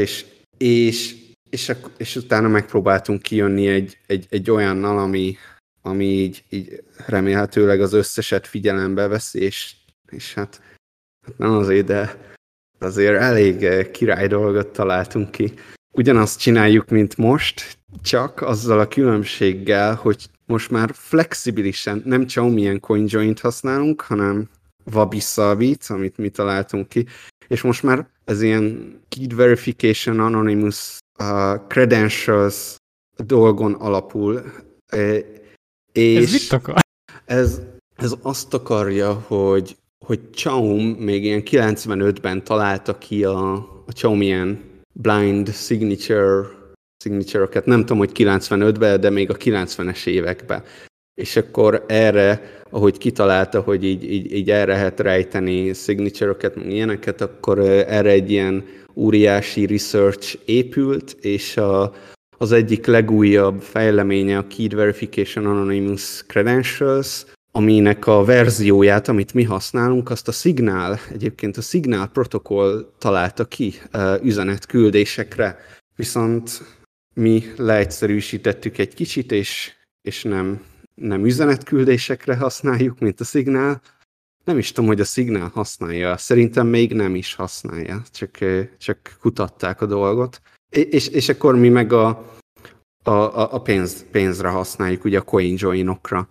és utána megpróbáltunk kijönni egy olyannal, ami így remélhetőleg az összeset figyelembe veszi, és hát nem azért, de azért elég király dolgot találtunk ki. Ugyanazt csináljuk, mint most, csak azzal a különbséggel, hogy most már flexibilisen nem Xiaomi CoinJoint használunk, hanem Wabi-Sabi-t, amit mi találtunk ki, és most már ez ilyen Key Verification Anonymous Credentials dolgon alapul. És
ez mit akar?
Ez azt akarja, hogy Xiaomi még ilyen 95-ben találta ki a Xiaomi blind signature-öket, nem tudom, hogy 95-ben, de még a 90-es években. És akkor erre, ahogy kitalálta, hogy így el lehet rejteni signature-öket, meg ilyeneket, akkor erre egy ilyen óriási research épült, és az egyik legújabb fejleménye a Key Verification Anonymous Credentials, aminek a verzióját, amit mi használunk, azt egyébként a Signal protokoll találta ki üzenetküldésekre, viszont mi leegyszerűsítettük egy kicsit, és nem üzenetküldésekre használjuk, mint a Signal. Nem is tudom, hogy a Signal használja. Szerintem még nem is használja, csak kutatták a dolgot. És akkor mi meg a pénzre használjuk, ugye a CoinJoin-okra.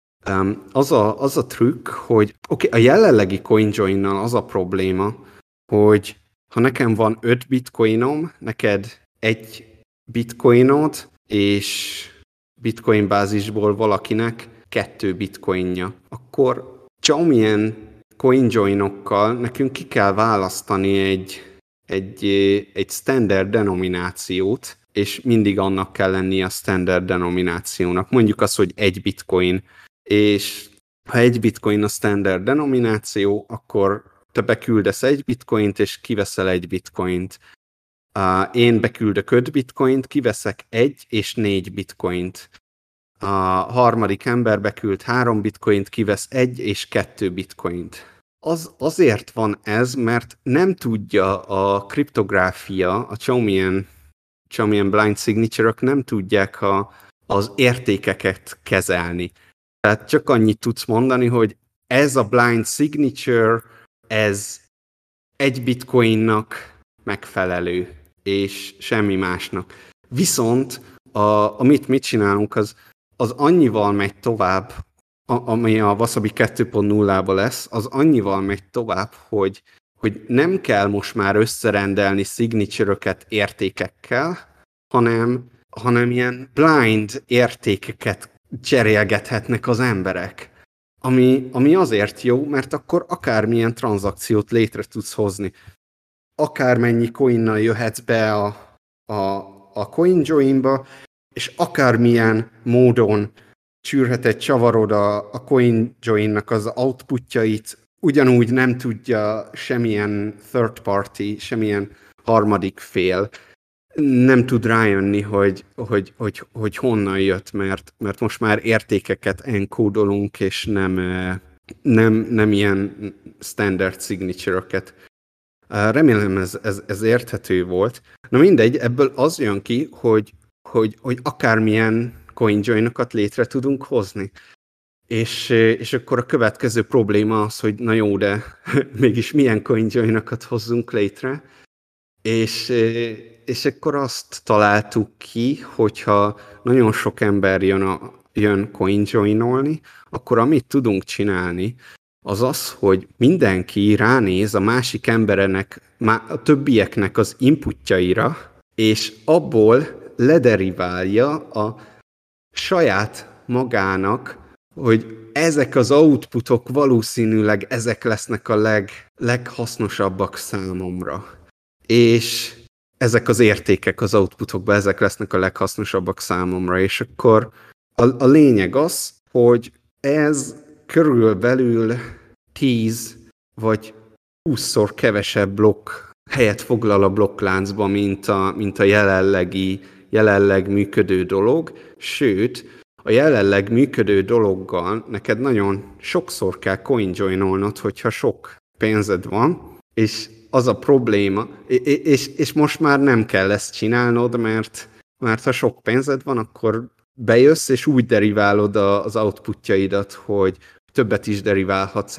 Az a trükk, hogy a jelenlegi CoinJoin-nal az a probléma, hogy ha nekem van 5 bitcoinom, neked 1 bitcoinod, és bitcoin bázisból valakinek 2 bitcoinja, akkor Xiaomi CoinJoin-okkal nekünk ki kell választani egy standard denominációt, és mindig annak kell lennie a standard denominációnak. Mondjuk azt, hogy 1 bitcoin, és ha 1 bitcoin a standard denomináció, akkor te beküldesz 1 bitcoint, és kiveszel 1 bitcoint. Én beküldök 5 bitcoint, kiveszek 1 és 4 bitcoint. A harmadik ember beküld 3 bitcoint, kivesz 1 és 2 bitcoint. Azért van ez, mert nem tudja a kriptográfia, a Xiaomi blind signature-ök nem tudják az értékeket kezelni. Tehát csak annyit tudsz mondani, hogy ez a blind signature, ez 1 bitcoinnak megfelelő, és semmi másnak. Viszont amit mit csinálunk, az annyival megy tovább, ami a Wasabi 2.0-ba lesz, az annyival megy tovább, hogy nem kell most már összerendelni signature-öket értékekkel, hanem ilyen blind értékeket cserélgethetnek az emberek. Ami azért jó, mert akkor akármilyen tranzakciót létre tudsz hozni. Akármennyi coinnal jöhetsz be a CoinJoin-ba, és akármilyen módon csűrhet egy csavarod a CoinJoin-nak az outputjait, ugyanúgy nem tudja semmilyen third party, semmilyen harmadik fél nem tud rájönni, hogy honnan jött, mert most már értékeket enkódolunk, és nem ilyen standard signature-öket. Remélem ez érthető volt. Na mindegy, ebből az jön ki, hogy akármilyen CoinJoin-okat létre tudunk hozni. És akkor a következő probléma az, hogy na jó, de mégis milyen CoinJoin-okat hozzunk létre. És akkor azt találtuk ki, hogyha nagyon sok ember jön CoinJoin-olni, akkor amit tudunk csinálni, az, hogy mindenki ránéz a másik embernek, a többieknek az inputjaira, és abból lederiválja a saját magának, hogy ezek az outputok valószínűleg ezek lesznek a leghasznosabbak számomra. És ezek az értékek az outputokban, ezek lesznek a leghasznosabbak számomra. És akkor a lényeg az, hogy ez körülbelül 10 vagy 20-szor kevesebb blokk helyet foglal a blokkláncba, mint a jelenleg működő dolog. Sőt, a jelenleg működő dologgal neked nagyon sokszor kell CoinJoin-olnod, hogyha sok pénzed van, és az a probléma, és most már nem kell ezt csinálnod, mert ha sok pénzed van, akkor bejössz, és úgy deriválod az outputjaidat, hogy többet is deriválhatsz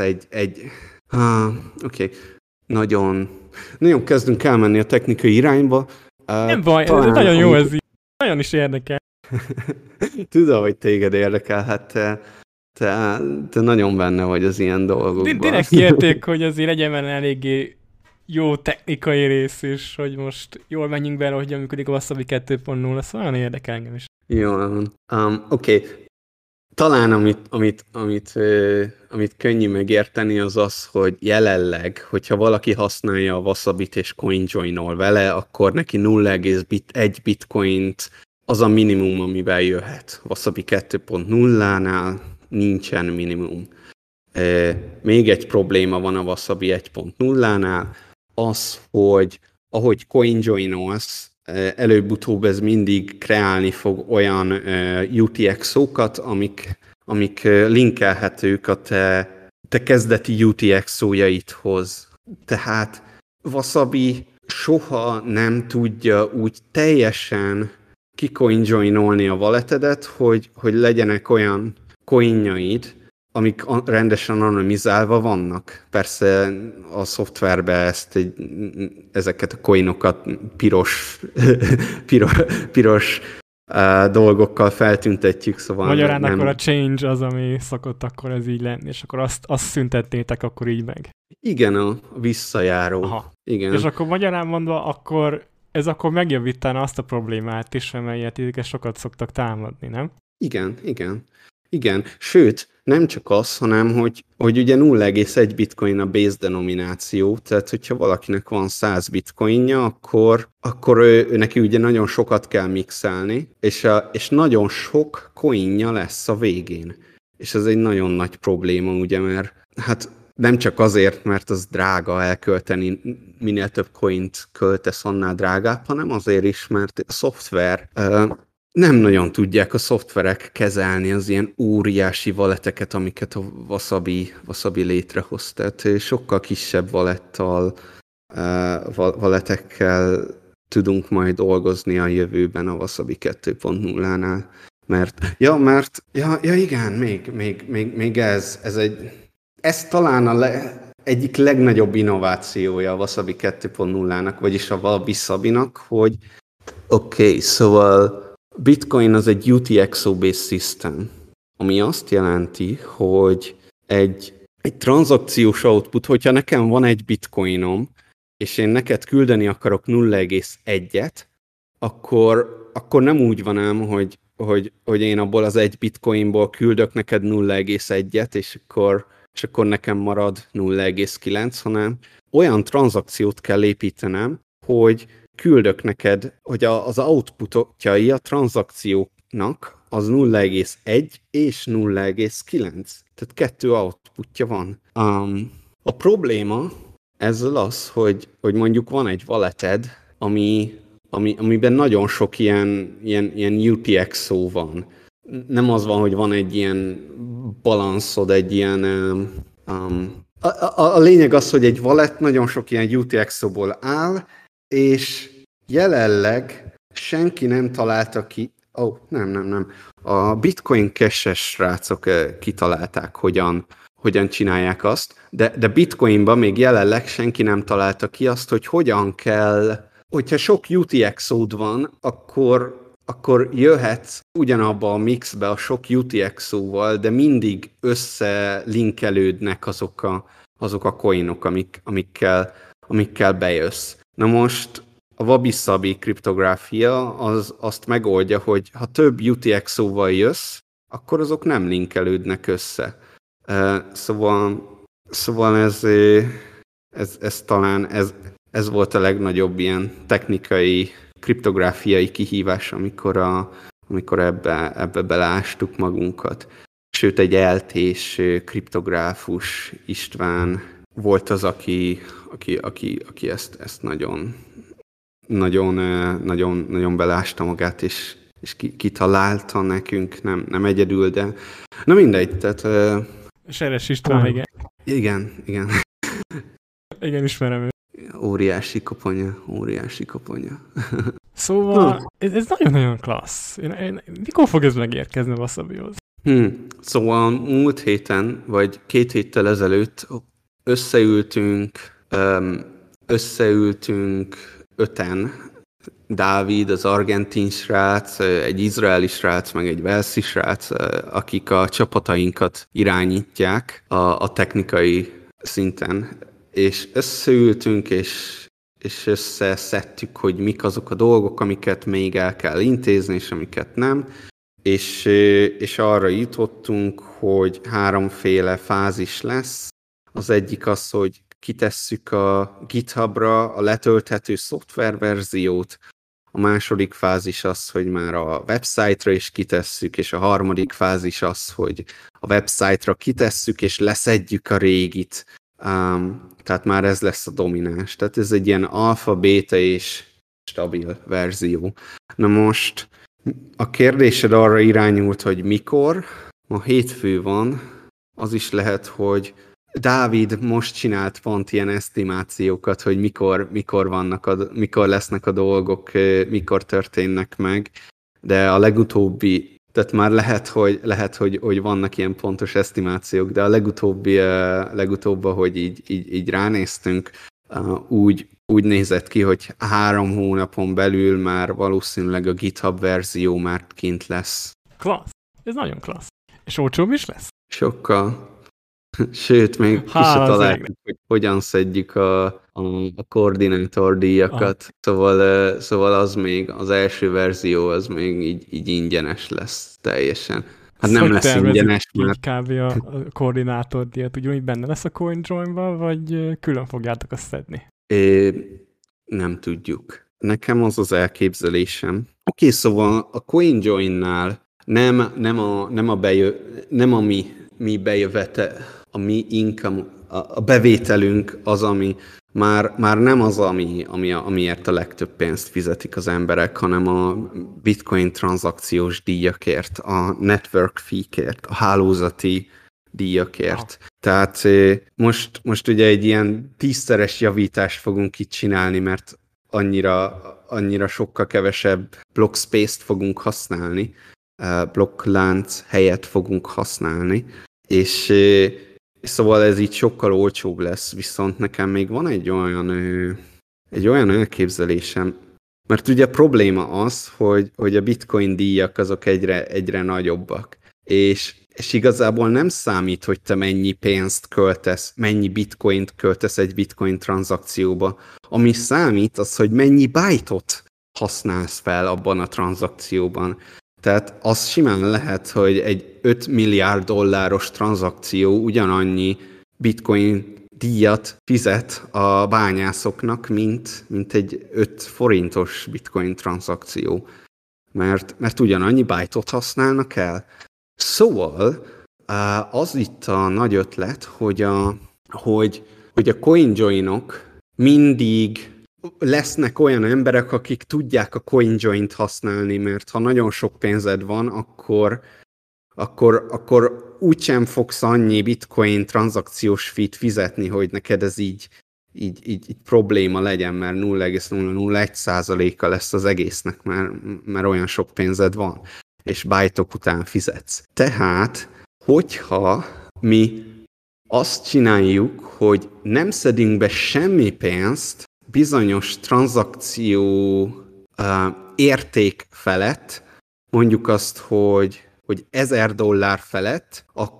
oké. Nagyon kezdünk elmenni a technikai irányba.
Nem baj, nagyon jó ez így. Nagyon is érdekel.
Tudom, hogy téged érdekel, hát te nagyon benne vagy az ilyen dolgokban.
Direkt kérték, hogy azért legyen benne eléggé jó technikai rész is, hogy most jól menjünk bele, hogy működik a Wasabi 2.0, szóval nagyon érdekel engem is.
Jó, oké. Talán amit könnyű megérteni, az az, hogy jelenleg, hogyha valaki használja a Wasabit és CoinJoin-ol vele, akkor neki 0,1 bitcoint az a minimum, amivel jöhet. Wasabi 2.0-nál nincsen minimum. Még egy probléma van a Wasabi 1.0-nál, az, hogy ahogy CoinJoin-olsz, előbb-utóbb ez mindig kreálni fog olyan UTXO-kat, amik linkelhetők a te kezdeti UTXO-jaidhoz. Tehát Wasabi soha nem tudja úgy teljesen kicoinjoinolni a walletedet, hogy legyenek olyan coinjaid, amik rendesen anonimizálva vannak. Persze a szoftverbe ezeket a coinokat piros dolgokkal feltüntetjük, szóval
magyarán
nem.
Akkor a change az, ami szokott akkor ez így lenni, és akkor azt szüntetnétek akkor így meg.
Igen, a visszajáró.
Aha.
Igen.
És akkor magyarán mondva, ez akkor megjavítaná azt a problémát is, amelyet itt sokat szoktak támadni, nem? Igen. Sőt, nem csak az, hanem hogy ugye 0,1 bitcoin a base denomináció, tehát hogyha valakinek van 100 bitcoinja, akkor ő neki ugye nagyon sokat kell mixelni, és nagyon sok coinja lesz a végén. És ez egy nagyon nagy probléma, ugye, mert hát nem csak azért, mert az drága elkölteni, minél több coint költesz, annál drágább, hanem azért is, mert a szoftver nem nagyon tudják a szoftverek kezelni az ilyen óriási walleteket, amiket a Wasabi létrehoz. Tehát sokkal kisebb walletekkel tudunk majd dolgozni a jövőben a Wasabi 2.0-nál. Igen, még ez talán egyik legnagyobb innovációja a Wasabi 2.0-nak, vagyis a Wasabi-nak, hogy szóval Bitcoin az egy UTXO-based system, ami azt jelenti, hogy egy tranzakciós output, hogyha nekem van egy bitcoinom, és én neked küldeni akarok 0,1-et, akkor nem úgy van ám, hogy én abból az egy bitcoinból küldök neked 0,1-et, és akkor nekem marad 0,9, hanem olyan tranzakciót kell építenem, hogy küldök neked, hogy az outputjai a tranzakcióknak az 0,1 és 0,9. Tehát 2 outputja van. A probléma ezzel az, hogy mondjuk van egy walleted, amiben nagyon sok ilyen UTXO van. Nem az van, hogy van egy ilyen balanszod, egy ilyen... A lényeg az, hogy egy wallet nagyon sok ilyen UTXO-ból áll, és jelenleg senki nem találta ki, nem. A Bitcoin Cash-es srácok kitalálták, hogyan csinálják azt, de Bitcoinban még jelenleg senki nem találta ki azt, hogy hogyan kell, hogyha sok UTXO-d van, akkor jöhetsz ugyanabba a mixbe a sok UTXO-val, de mindig összelinkelődnek azok a coinok, amikkel bejössz. Na most a Wabi-Sabi kriptográfia azt megoldja, hogy ha több UTXO-val jössz, akkor azok nem linkelődnek össze. Szóval ez talán ez volt a legnagyobb ilyen technikai, kriptográfiai kihívás, amikor ebbe beleástuk magunkat. Sőt, egy eltés kriptográfus, István volt az, aki ezt nagyon belásta magát, és kitalálta nekünk, nem egyedül, de na mindegy, tehát... Seres István, igen.
Igen.
Igen, ismerem őt.
Óriási koponya, óriási koponya.
Szóval ez nagyon-nagyon klassz. Mikor fog ez megérkezni a Wasabihoz?
Szóval múlt héten, vagy 2 héttel ezelőtt összeültünk 5-en, Dávid, az argentin srác, egy izraeli srác, meg egy walesi srác, akik a csapatainkat irányítják a technikai szinten. És összeültünk, és összeszedtük, hogy mik azok a dolgok, amiket még el kell intézni, és amiket nem. És arra jutottunk, hogy 3 fázis lesz. Az egyik az, hogy kitesszük a GitHubra a letölthető szoftververziót. A második fázis az, hogy már a website-ra is kitesszük, és a harmadik fázis az, hogy a website-ra kitesszük, és leszedjük a régit. Tehát már ez lesz a domináns. Tehát ez egy ilyen alfa, béta és stabil verzió. Na most a kérdésed arra irányult, hogy mikor. Ma hétfő van, az is lehet, hogy Dávid most csinált pont ilyen esztimációkat, hogy mikor lesznek a dolgok, mikor történnek meg, de a legutóbbi, tehát már lehet, hogy vannak ilyen pontos esztimációk, de a legutóbb, hogy így ránéztünk, úgy nézett ki, hogy 3 hónapon belül már valószínűleg a GitHub verzió már kint lesz.
Klassz. Ez nagyon klassz. És olcsóbb is lesz?
Sokkal. Sőt, még ki se találjuk, hogy hogyan szedjük a koordinátordíjakat. Szóval az első verzió az még így ingyenes lesz teljesen. Hát nem lesz ingyenes,
mert... kb. A koordinátordíjat ugyanúgy benne lesz a CoinJoin-ban, vagy külön fogjátok azt szedni?
Nem tudjuk. Nekem az elképzelésem. Oké, szóval a CoinJoin-nál nem a mi bejövete, a mi income, a bevételünk az, ami már nem az, amiért a legtöbb pénzt fizetik az emberek, hanem a bitcoin tranzakciós díjakért, a network fee-kért, a hálózati díjakért. Tehát most ugye egy ilyen 10-szeres javítást fogunk itt csinálni, mert annyira sokkal kevesebb block space-t fogunk használni, blokklánc helyet fogunk használni, és szóval ez így sokkal olcsóbb lesz, viszont nekem még van egy olyan elképzelésem, mert ugye a probléma az, hogy a bitcoin díjak azok egyre nagyobbak, és igazából nem számít, hogy te mennyi pénzt költesz, mennyi bitcoint költesz egy bitcoin tranzakcióba. Ami számít az, hogy mennyi byte-ot használsz fel abban a tranzakcióban. Tehát az simán lehet, hogy egy 5 milliárd dolláros tranzakció ugyanannyi bitcoin díjat fizet a bányászoknak, mint egy 5 forintos bitcoin tranzakció. Mert ugyanannyi byte-ot használnak el. Szóval az itt a nagy ötlet, hogy a CoinJoin-ok mindig lesznek olyan emberek, akik tudják a CoinJoin-t használni, mert ha nagyon sok pénzed van, akkor úgysem fogsz annyi bitcoin tranzakciós fee-t fizetni, hogy neked ez így probléma legyen, mert 0,001%-a lesz az egésznek, mert olyan sok pénzed van, és byte-ok után fizetsz. Tehát, hogyha mi azt csináljuk, hogy nem szedünk be semmi pénzt bizonyos tranzakció érték felett, mondjuk azt, hogy $1000 felett,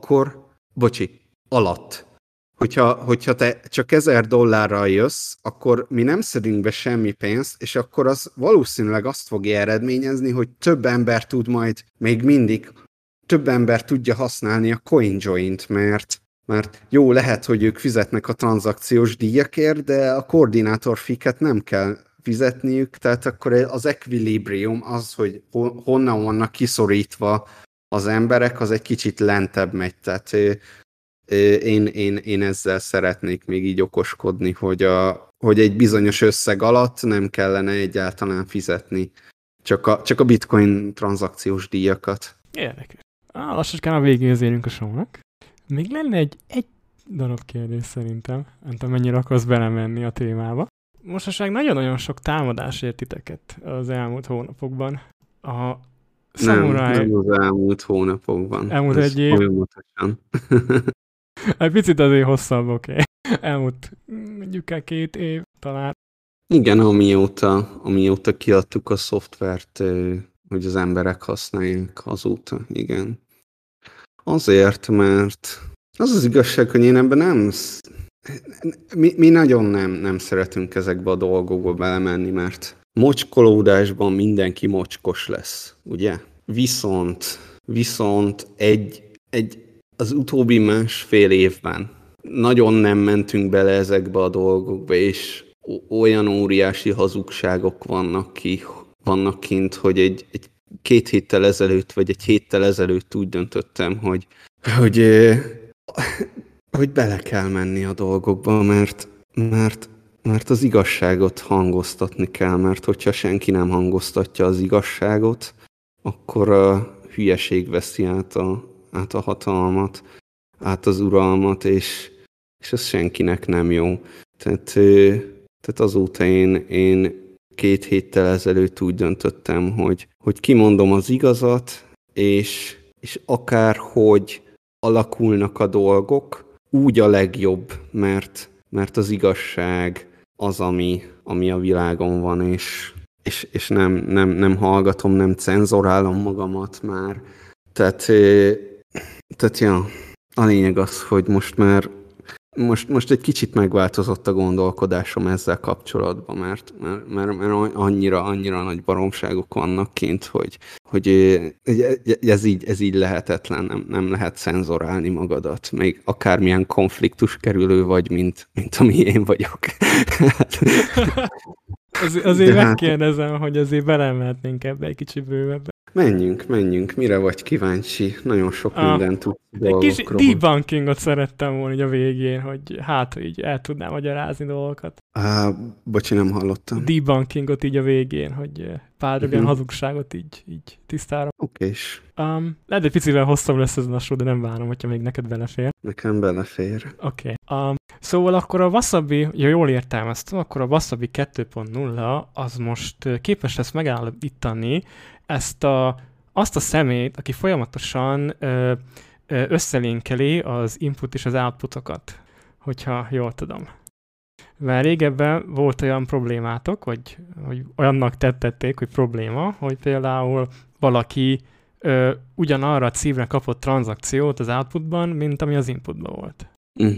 alatt. Hogyha te csak $1000 jössz, akkor mi nem szedünk be semmi pénzt, és akkor az valószínűleg azt fogja eredményezni, hogy több ember tud majd még mindig, több ember tudja használni a CoinJoin-t, mert jó, lehet, hogy ők fizetnek a tranzakciós díjakért, de a koordinátor fee-ket nem kell fizetniük, tehát akkor az equilibrium az, hogy honnan vannak kiszorítva az emberek, az egy kicsit lentebb megy, tehát én ezzel szeretnék még így okoskodni, hogy egy bizonyos összeg alatt nem kellene egyáltalán fizetni csak a bitcoin tranzakciós díjakat.
Érdekes. Lassacskán a végéhez érünk a shownak. Még lenne egy darab kérdés szerintem. Nem tudom, mennyire akarsz belemenni a témába. Mostanság nagyon-nagyon sok támadás ért titeket az elmúlt hónapokban. A Samurai...
Nem az elmúlt hónapokban.
Elmúlt egy év.
Folyamatosan.
Egy picit azért hosszabb, oké. Elmúlt mondjuk 2 év talán.
Igen, amióta kiadtuk a szoftvert, hogy az emberek használják azóta, igen. Azért, mert az igazság, hogy én ebben nem... Mi nagyon nem szeretünk ezekbe a dolgokba belemenni, mert mocskolódásban mindenki mocskos lesz, ugye? Viszont az utóbbi 1,5 évben nagyon nem mentünk bele ezekbe a dolgokba, és olyan óriási hazugságok vannak kint, hogy egy 2 héttel ezelőtt, vagy egy héttel ezelőtt úgy döntöttem, hogy bele kell menni a dolgokba, mert az igazságot hangoztatni kell, mert hogyha senki nem hangoztatja az igazságot, akkor a hülyeség veszi át a hatalmat, át az uralmat, és ez senkinek nem jó. Tehát azóta én 2 héttel ezelőtt úgy döntöttem, hogy kimondom az igazat, és akárhogy alakulnak a dolgok, úgy a legjobb, mert az igazság az, ami a világon van, és nem hallgatom, nem cenzorálom magamat már. Tehát ja, a lényeg az, hogy most egy kicsit megváltozott a gondolkodásom ezzel kapcsolatban, mert annyira nagy baromságok vannak kint, hogy ez így lehetetlen, nem lehet cenzorálni magadat, még akármilyen konfliktus kerülő vagy, mint ami én vagyok.
Azért megkérdezem, hogy azért belemehetnénk ebbe egy kicsit bővebben.
Menjünk, mire vagy kíváncsi? Nagyon sok mindent tudsz dolgokról.
Egy kis debunkingot szerettem volna így a végén, hogy így el tudnám magyarázni dolgokat.
Bocsi, nem hallottam.
Debunkingot így a végén, hogy pár olyan hazugságot így tisztára.
Okés.
Lehet, egy picivel hosszabb lesz ez a show, de nem várom, hogyha még neked belefér.
Nekem belefér.
Oké. Szóval akkor a Wasabi, ha jól értelmeztem, akkor a Wasabi 2.0 az most képes lesz megállítani azt a személyt, aki folyamatosan összelénkeli az input és az outputokat, hogyha jól tudom. Mert régebben volt olyan problémátok, hogy olyannak tették, hogy probléma, hogy például valaki ugyanarra a címre kapott tranzakciót az outputban, mint ami az inputban volt.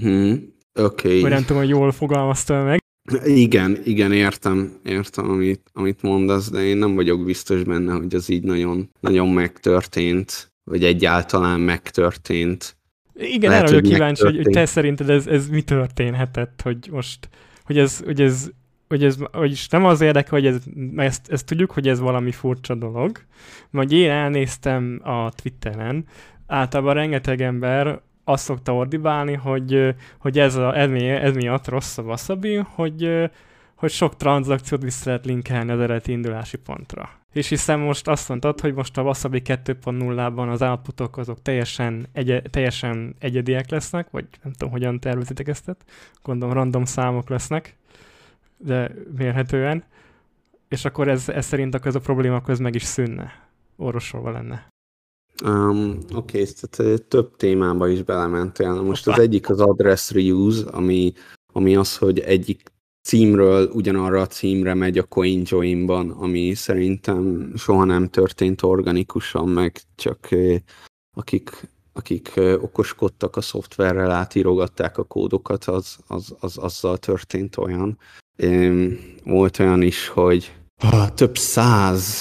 Oké.
Vagy nem tudom, hogy jól fogalmaztam meg.
Igen, értem, amit mondasz, de én nem vagyok biztos benne, hogy az így nagyon, nagyon megtörtént, vagy egyáltalán megtörtént.
Igen, erre vagyok kíváncsi, hogy te szerinted ez mi történhetett, hogy most, hogy ez nem az érdekel, hogy ezt tudjuk, hogy ez valami furcsa dolog, majd én elnéztem a Twitteren, általában rengeteg ember azt szokta ordibálni, hogy ez miatt rossz a Wasabi, hogy sok tranzakciót vissza lehet linkelni az eredeti indulási pontra. És hiszen most azt mondtad, hogy most a Wasabi 2.0-ban az outputok azok teljesen egyediek lesznek, vagy nem tudom, hogyan tervezitek ezt, gondolom random számok lesznek, de mérhetően, és akkor ez szerint akkor ez a probléma akkor ez meg is szűnne, orvosolva lenne.
Oké, tehát több témába is belementél. Most az egyik az address reuse, ami az, hogy egyik címről ugyanarra a címre megy a CoinJoin-ban, ami szerintem soha nem történt organikusan, meg csak akik okoskodtak a szoftverrel, átírogatták a kódokat, azzal történt olyan. Volt olyan is, hogy több 100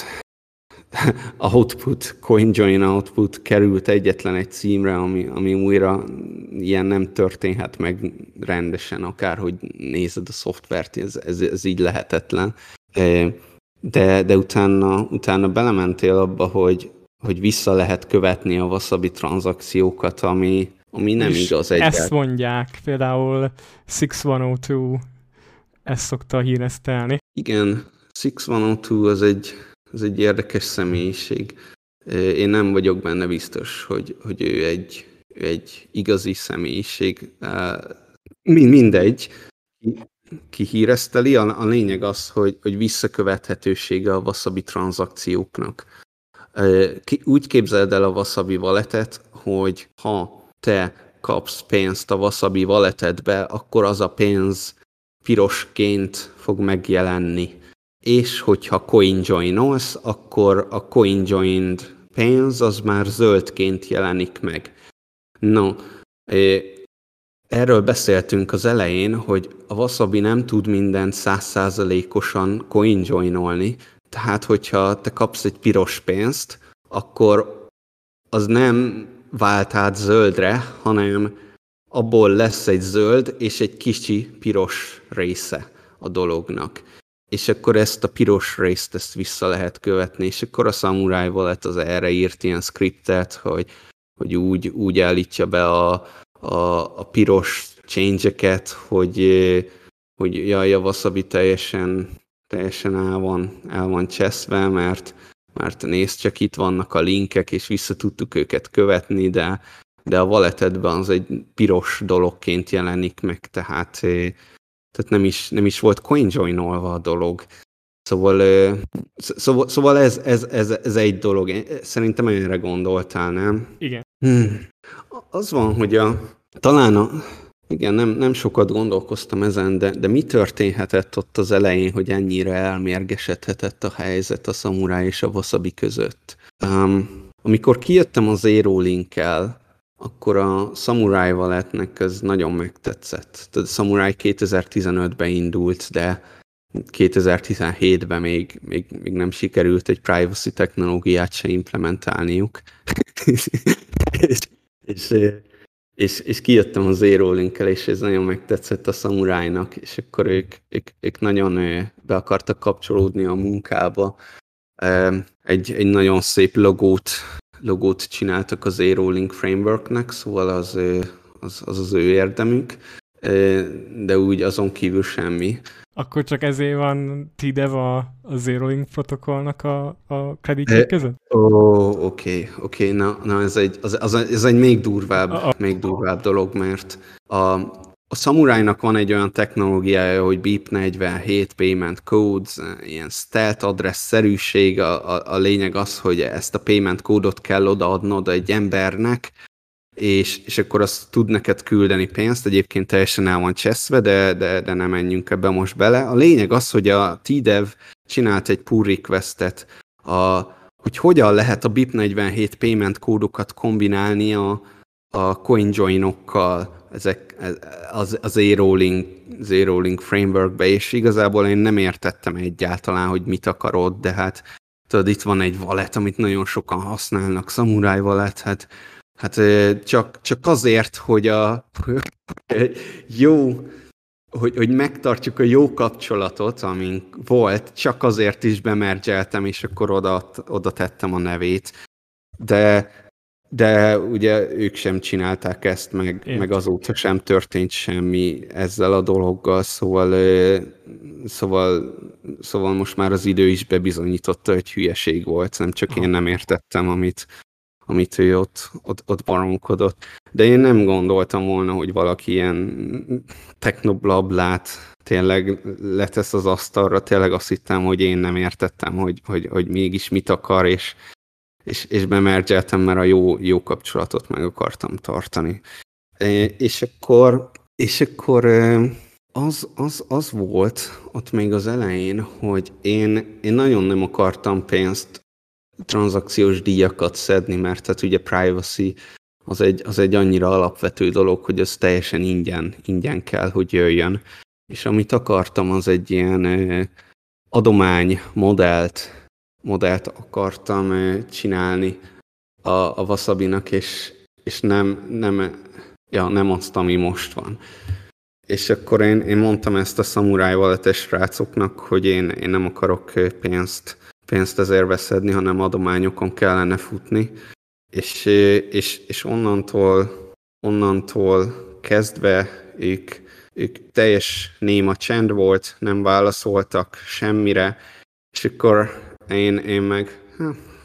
CoinJoin output került egyetlen egy címre, ami újra ilyen nem történhet meg rendesen, akárhogy nézed a szoftvert, ez így lehetetlen. De utána belementél abba, hogy vissza lehet követni a Wasabi tranzakciókat, ami nem
és
igaz egyáltalán.
Ezt mondják, például 6102 ezt szokta híresztelni.
Igen, 6102 az egy érdekes személyiség. Én nem vagyok benne biztos, hogy ő egy igazi személyiség. Mindegy, kihíreszteli. A lényeg az, hogy visszakövethetősége a Wasabi tranzakcióknak. Úgy képzeld el a Wasabi walletet, hogy ha te kapsz pénzt a Wasabi walletedbe, akkor az a pénz pirosként fog megjelenni. És hogyha CoinJoin-olsz, akkor a CoinJoined pénz az már zöldként jelenik meg. No, erről beszéltünk az elején, hogy a Wasabi nem tud mindent 100%-osan CoinJoin-olni, tehát hogyha te kapsz egy piros pénzt, akkor az nem vált át zöldre, hanem abból lesz egy zöld és egy kicsi piros része a dolognak. És akkor ezt a piros részt ezt vissza lehet követni, és akkor a Samurai Wallet az erre írt ilyen scriptet, hogy úgy állítja be a piros change-eket, hogy jaj, a Wasabi teljesen el van cseszve, mert nézd csak, itt vannak a linkek, és vissza tudtuk őket követni, de a walletedben az egy piros dologként jelenik meg, tehát nem is volt CoinJoin-olva a dolog. Szóval ez egy dolog. Szerintem erre gondoltál, nem?
Igen.
Az van, hogy igen, nem sokat gondolkoztam ezen, de mi történhetett ott az elején, hogy ennyire elmérgesedhetett a helyzet a Samurai és a Wasabi között? Amikor kijöttem a Zero Link-kel, akkor a Samurai Walletnek ez nagyon megtetszett. Tehát a Samurai 2015-ben indult, de 2017-ben még nem sikerült egy privacy technológiát se implementálniuk. és kijöttem a Zero Link-kel, és ez nagyon megtetszett a Samurainak, és akkor ők nagyon be akartak kapcsolódni a munkába. Egy nagyon szép logót csináltak a Zero Link Frameworknek, szóval az ő érdemük, de úgy azon kívül semmi.
Akkor csak ezért van TDEV a Zero Link protokollnak a kreditjük között?
Oké. Na ez egy még durvább dolog, mert a Samurainak van egy olyan technológiája, hogy BIP47 Payment Codes, ilyen stealth address-szerűség. A lényeg az, hogy ezt a payment kódot kell odaadnod egy embernek, és akkor azt tud neked küldeni pénzt, egyébként teljesen el van cseszve, de nem menjünk ebbe most bele. A lényeg az, hogy a TDEV csinált egy pull requestet, hogy hogyan lehet a BIP47 payment kódokat kombinálni a CoinJoin-okkal az Zero Link frameworkbe, és igazából én nem értettem egyáltalán, hogy mit akarod, de hát tudod, itt van egy wallet, amit nagyon sokan használnak, Samurai Wallet, hát csak azért, hogy hogy megtartjuk a jó kapcsolatot, amink volt, csak azért is bemergeltem, és akkor oda tettem a nevét. De ugye ők sem csinálták ezt, meg azóta sem történt semmi ezzel a dologgal, szóval most már az idő is bebizonyította, hogy hülyeség volt, nem csak én nem értettem, amit ő ott baromkodott. De én nem gondoltam volna, hogy valaki ilyen technoblablát tényleg letesz az asztalra, tényleg azt hittem, hogy én nem értettem, hogy mégis mit akar, és bemergeltem, mert a jó kapcsolatot meg akartam tartani. És akkor az volt ott még az elején, hogy én nagyon nem akartam pénzt, tranzakciós díjakat szedni, mert hát ugye privacy az egy annyira alapvető dolog, hogy az teljesen ingyen kell, hogy jöjjön. És amit akartam, az egy ilyen adomány modellt akartam csinálni a Wasabinak, és nem azt, ami most van. És akkor én mondtam ezt a Samurai Wallet-es srácoknak, hogy én nem akarok pénzt ezért beszedni, hanem adományokon kellene futni. És onnantól kezdve ők teljes néma csend volt, nem válaszoltak semmire, és akkor én meg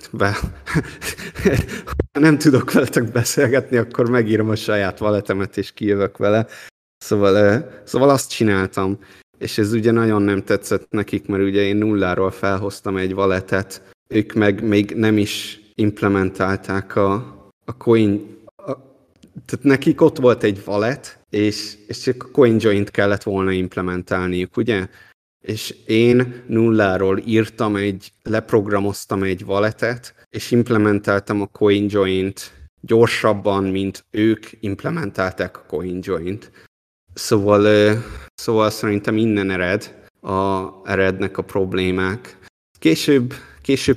ha nem tudok veletek beszélgetni, akkor megírom a saját walletemet, és kijövök vele. Szóval azt csináltam, és ez ugye nagyon nem tetszett nekik, mert ugye én nulláról felhoztam egy walletet, ők meg még nem is implementálták a coin, tehát nekik ott volt egy wallet, és csak a CoinJoin-t kellett volna implementálniuk, ugye? És én nulláról leprogramoztam egy walletet, és implementáltam a CoinJoin-t gyorsabban, mint ők implementálták a CoinJoin-t. Szóval szerintem innen erednek a problémák. Később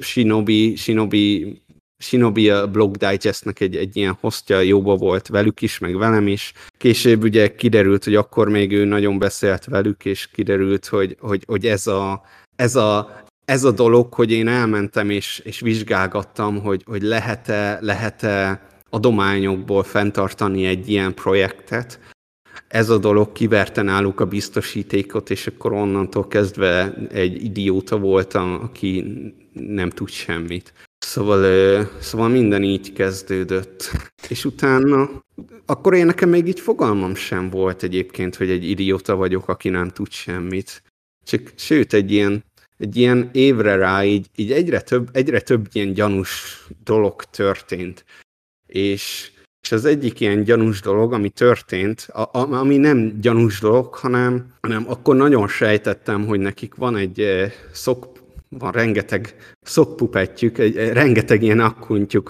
Shinobi a Block Digestnek egy ilyen hostja jóba volt velük is, meg velem is. Később ugye kiderült, hogy akkor még ő nagyon beszélt velük, és kiderült, hogy ez a dolog, hogy én elmentem és vizsgálgattam, hogy lehet-e adományokból fenntartani egy ilyen projektet. Ez a dolog kiverte náluk a biztosítékot, és akkor onnantól kezdve egy idióta voltam, aki nem tud semmit. Szóval minden így kezdődött. És utána, akkor nekem még így fogalmam sem volt egyébként, hogy egy idióta vagyok, aki nem tud semmit. Sőt, egy ilyen évre rá így egyre több ilyen gyanús dolog történt. És az egyik ilyen gyanús dolog, ami történt, ami nem gyanús dolog, hanem akkor nagyon sejtettem, hogy nekik van van rengeteg szokpupettjük, rengeteg ilyen akkuntjuk,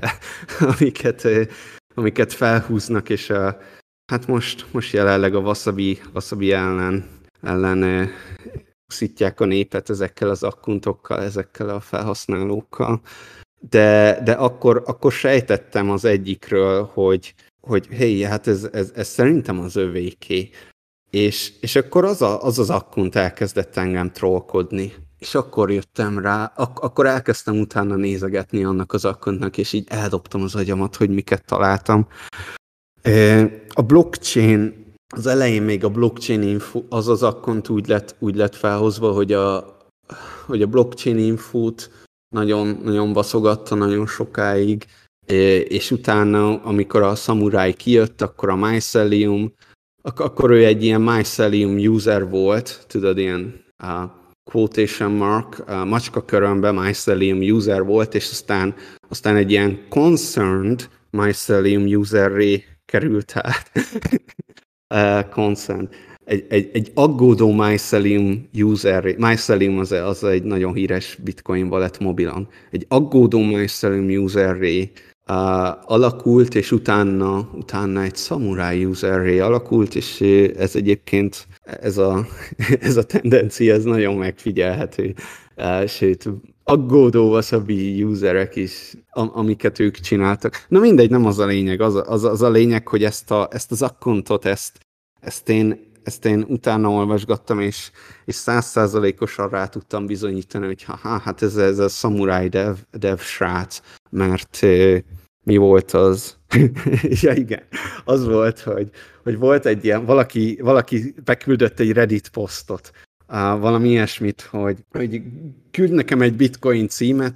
amiket felhúznak, és hát most jelenleg a Wasabi ellen szítják a népet ezekkel az akkuntokkal, ezekkel a felhasználókkal. De akkor sejtettem az egyikről, hogy hey, hát ez szerintem az övéké. És akkor az akkunt elkezdett engem trollkodni. És akkor jöttem rá, akkor elkezdtem utána nézegetni annak az akkuntnak, és így eldobtam az agyamat, hogy miket találtam. A blockchain, az elején még a blockchain info, az akkunt úgy lett felhozva, hogy a blockchain infót nagyon, nagyon baszogatta nagyon sokáig, és utána, amikor a Samurai kijött, akkor a Mycelium, akkor ő egy ilyen Mycelium user volt, tudod, ilyen quotation mark, macska körömben Mycelium user volt, és aztán egy ilyen concerned Mycelium userré került át. Concerned. Egy aggódó Mycelium user, Mycelium az egy nagyon híres bitcoin wallet mobilon. Egy aggódó Mycelium userré alakult, és utána egy Samurai userré alakult, és ez egyébként, ez a tendencia, ez nagyon megfigyelhető. Sőt, aggódó Wasabi userek is, amiket ők csináltak. Na mindegy, nem az a lényeg, az a lényeg, hogy ezt az accountot, ezt én utána olvasgattam, és 100%-osan rá tudtam bizonyítani, hogy hát ez a Samurai dev srác, mert mi volt az? Ja igen, az volt, hogy volt egy ilyen, valaki beküldött egy Reddit posztot, valami ilyesmit, hogy küld nekem egy bitcoin címet,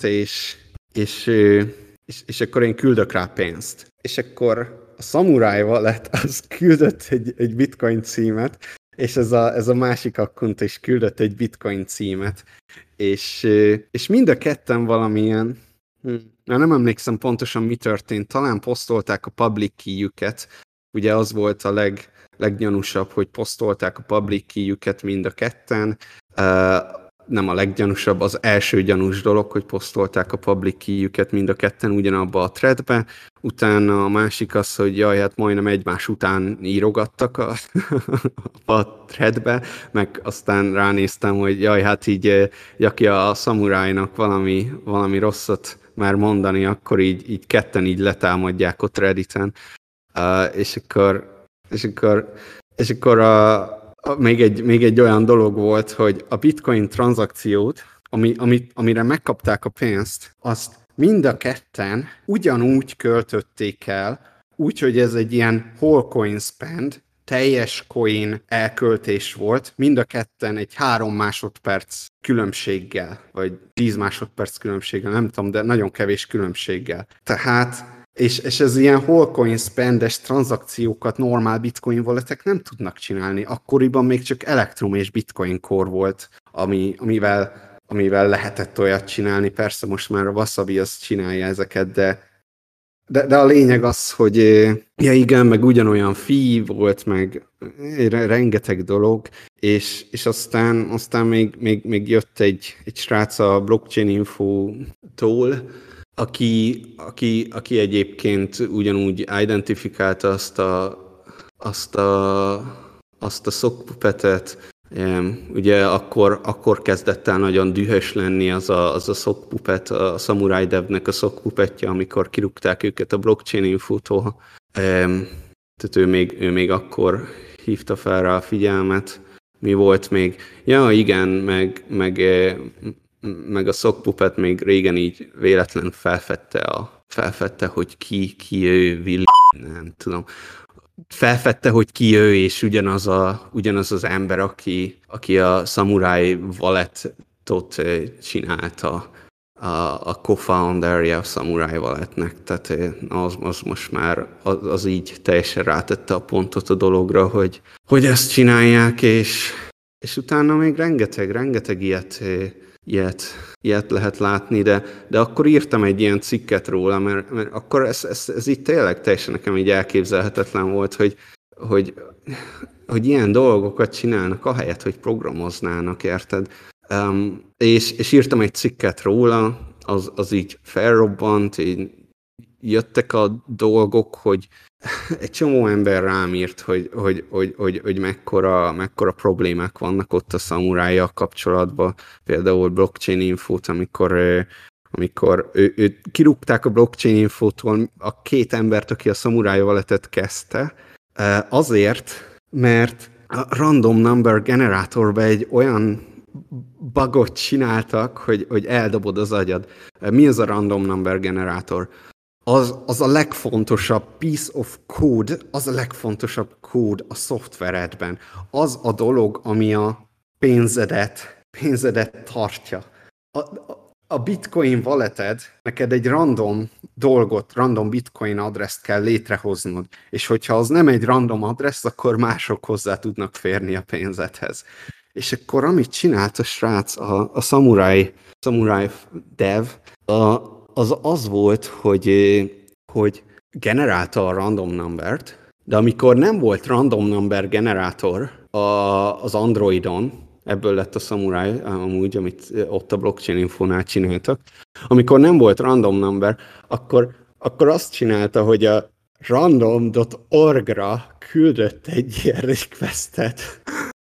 és akkor én küldök rá pénzt. És akkor a Samurai Wallet az küldött egy bitcoin címet, és ez a másik account is küldött egy bitcoin címet. És mind a ketten valamilyen, nem emlékszem pontosan mi történt, talán posztolták a public key-jüket, ugye az volt a leggyanúsabb, hogy posztolták a public key-jüket mind a ketten, nem a leggyanúsabb, az első gyanús dolog, hogy posztolták a public key-jüket mind a ketten ugyanabba a threadbe, utána a másik az, hogy jaj, hát majdnem egymás után írogattak a threadbe, meg aztán ránéztem, hogy jaj, hát így aki a Samurainak valami rosszat már mondani, akkor így ketten így letámadják ott Redditen, és akkor még egy olyan dolog volt, hogy a bitcoin tranzakciót, amire megkapták a pénzt, azt mind a ketten ugyanúgy költötték el, úgyhogy ez egy ilyen whole coin spend, teljes coin elköltés volt, mind a ketten egy 3 másodperc különbséggel, vagy 10 másodperc különbséggel, nem tudom, de nagyon kevés különbséggel. Tehát, és ez ilyen whole coin spendes tranzakciókat normál bitcoin walletek nem tudnak csinálni. Akkoriban még csak Electrum és Bitcoin Core volt, amivel lehetett olyat csinálni. Persze most már a Wasabi az csinálja ezeket, de a lényeg az, hogy ja igen, meg ugyanolyan fee volt, meg rengeteg dolog, és aztán még jött egy srác a Blockchain Info-tól, aki egyébként ugyanúgy identifikálta azt a sockpuppet. Ugye akkor kezdett el nagyon dühös lenni az a sockpuppet, a Samurai Devnek a sockpuppetje, amikor kirúgták őket a Blockchain Info-tól. Tehát ő még akkor hívta fel rá a figyelmet. Mi volt még? Ja, igen, meg a sockpuppet még régen így véletlen felfedte, hogy ki ő, nem tudom. Felfedte, hogy ki ő, és ugyanaz az ember, aki a Samurai Wallet-ot csinálta, a co-founderje a Samurai Walletnek. Tehát az most már az így teljesen rátette a pontot a dologra, hogy ezt csinálják, és utána még rengeteg ilyet lehet látni, de akkor írtam egy ilyen cikket róla, mert akkor ez így tényleg teljesen nekem így elképzelhetetlen volt, hogy ilyen dolgokat csinálnak, ahelyett, hogy programoznának, érted? És írtam egy cikket róla, az így felrobbant, így jöttek a dolgok, hogy egy csomó ember rám írt, hogy mekkora problémák vannak ott a Samurai-jal kapcsolatban. Például Blockchain Info-t, amikor ő kirúgták a Blockchain Info-tól a 2 embert, aki a Samurai Wallet-et kezdte, azért, mert a random number generatorba egy olyan bugot csináltak, hogy eldobod az agyad. Mi az a random number generator? Az a legfontosabb piece of code, az a legfontosabb kód a szoftveredben. Az a dolog, ami a pénzedet tartja. A Bitcoin walleted, neked egy random dolgot, random Bitcoin adresszt kell létrehoznod, és hogyha az nem egy random adressz, akkor mások hozzá tudnak férni a pénzedhez. És akkor amit csinált a srác, a Samurai Dev, az volt, hogy generálta a random numbert, de amikor nem volt random number generátor az Androidon, ebből lett a Samurai, amúgy, amit ott a Blockchain Info-nál csináltak, amikor nem volt random number, akkor azt csinálta, hogy a random.org-ra küldött egy ilyen requestet,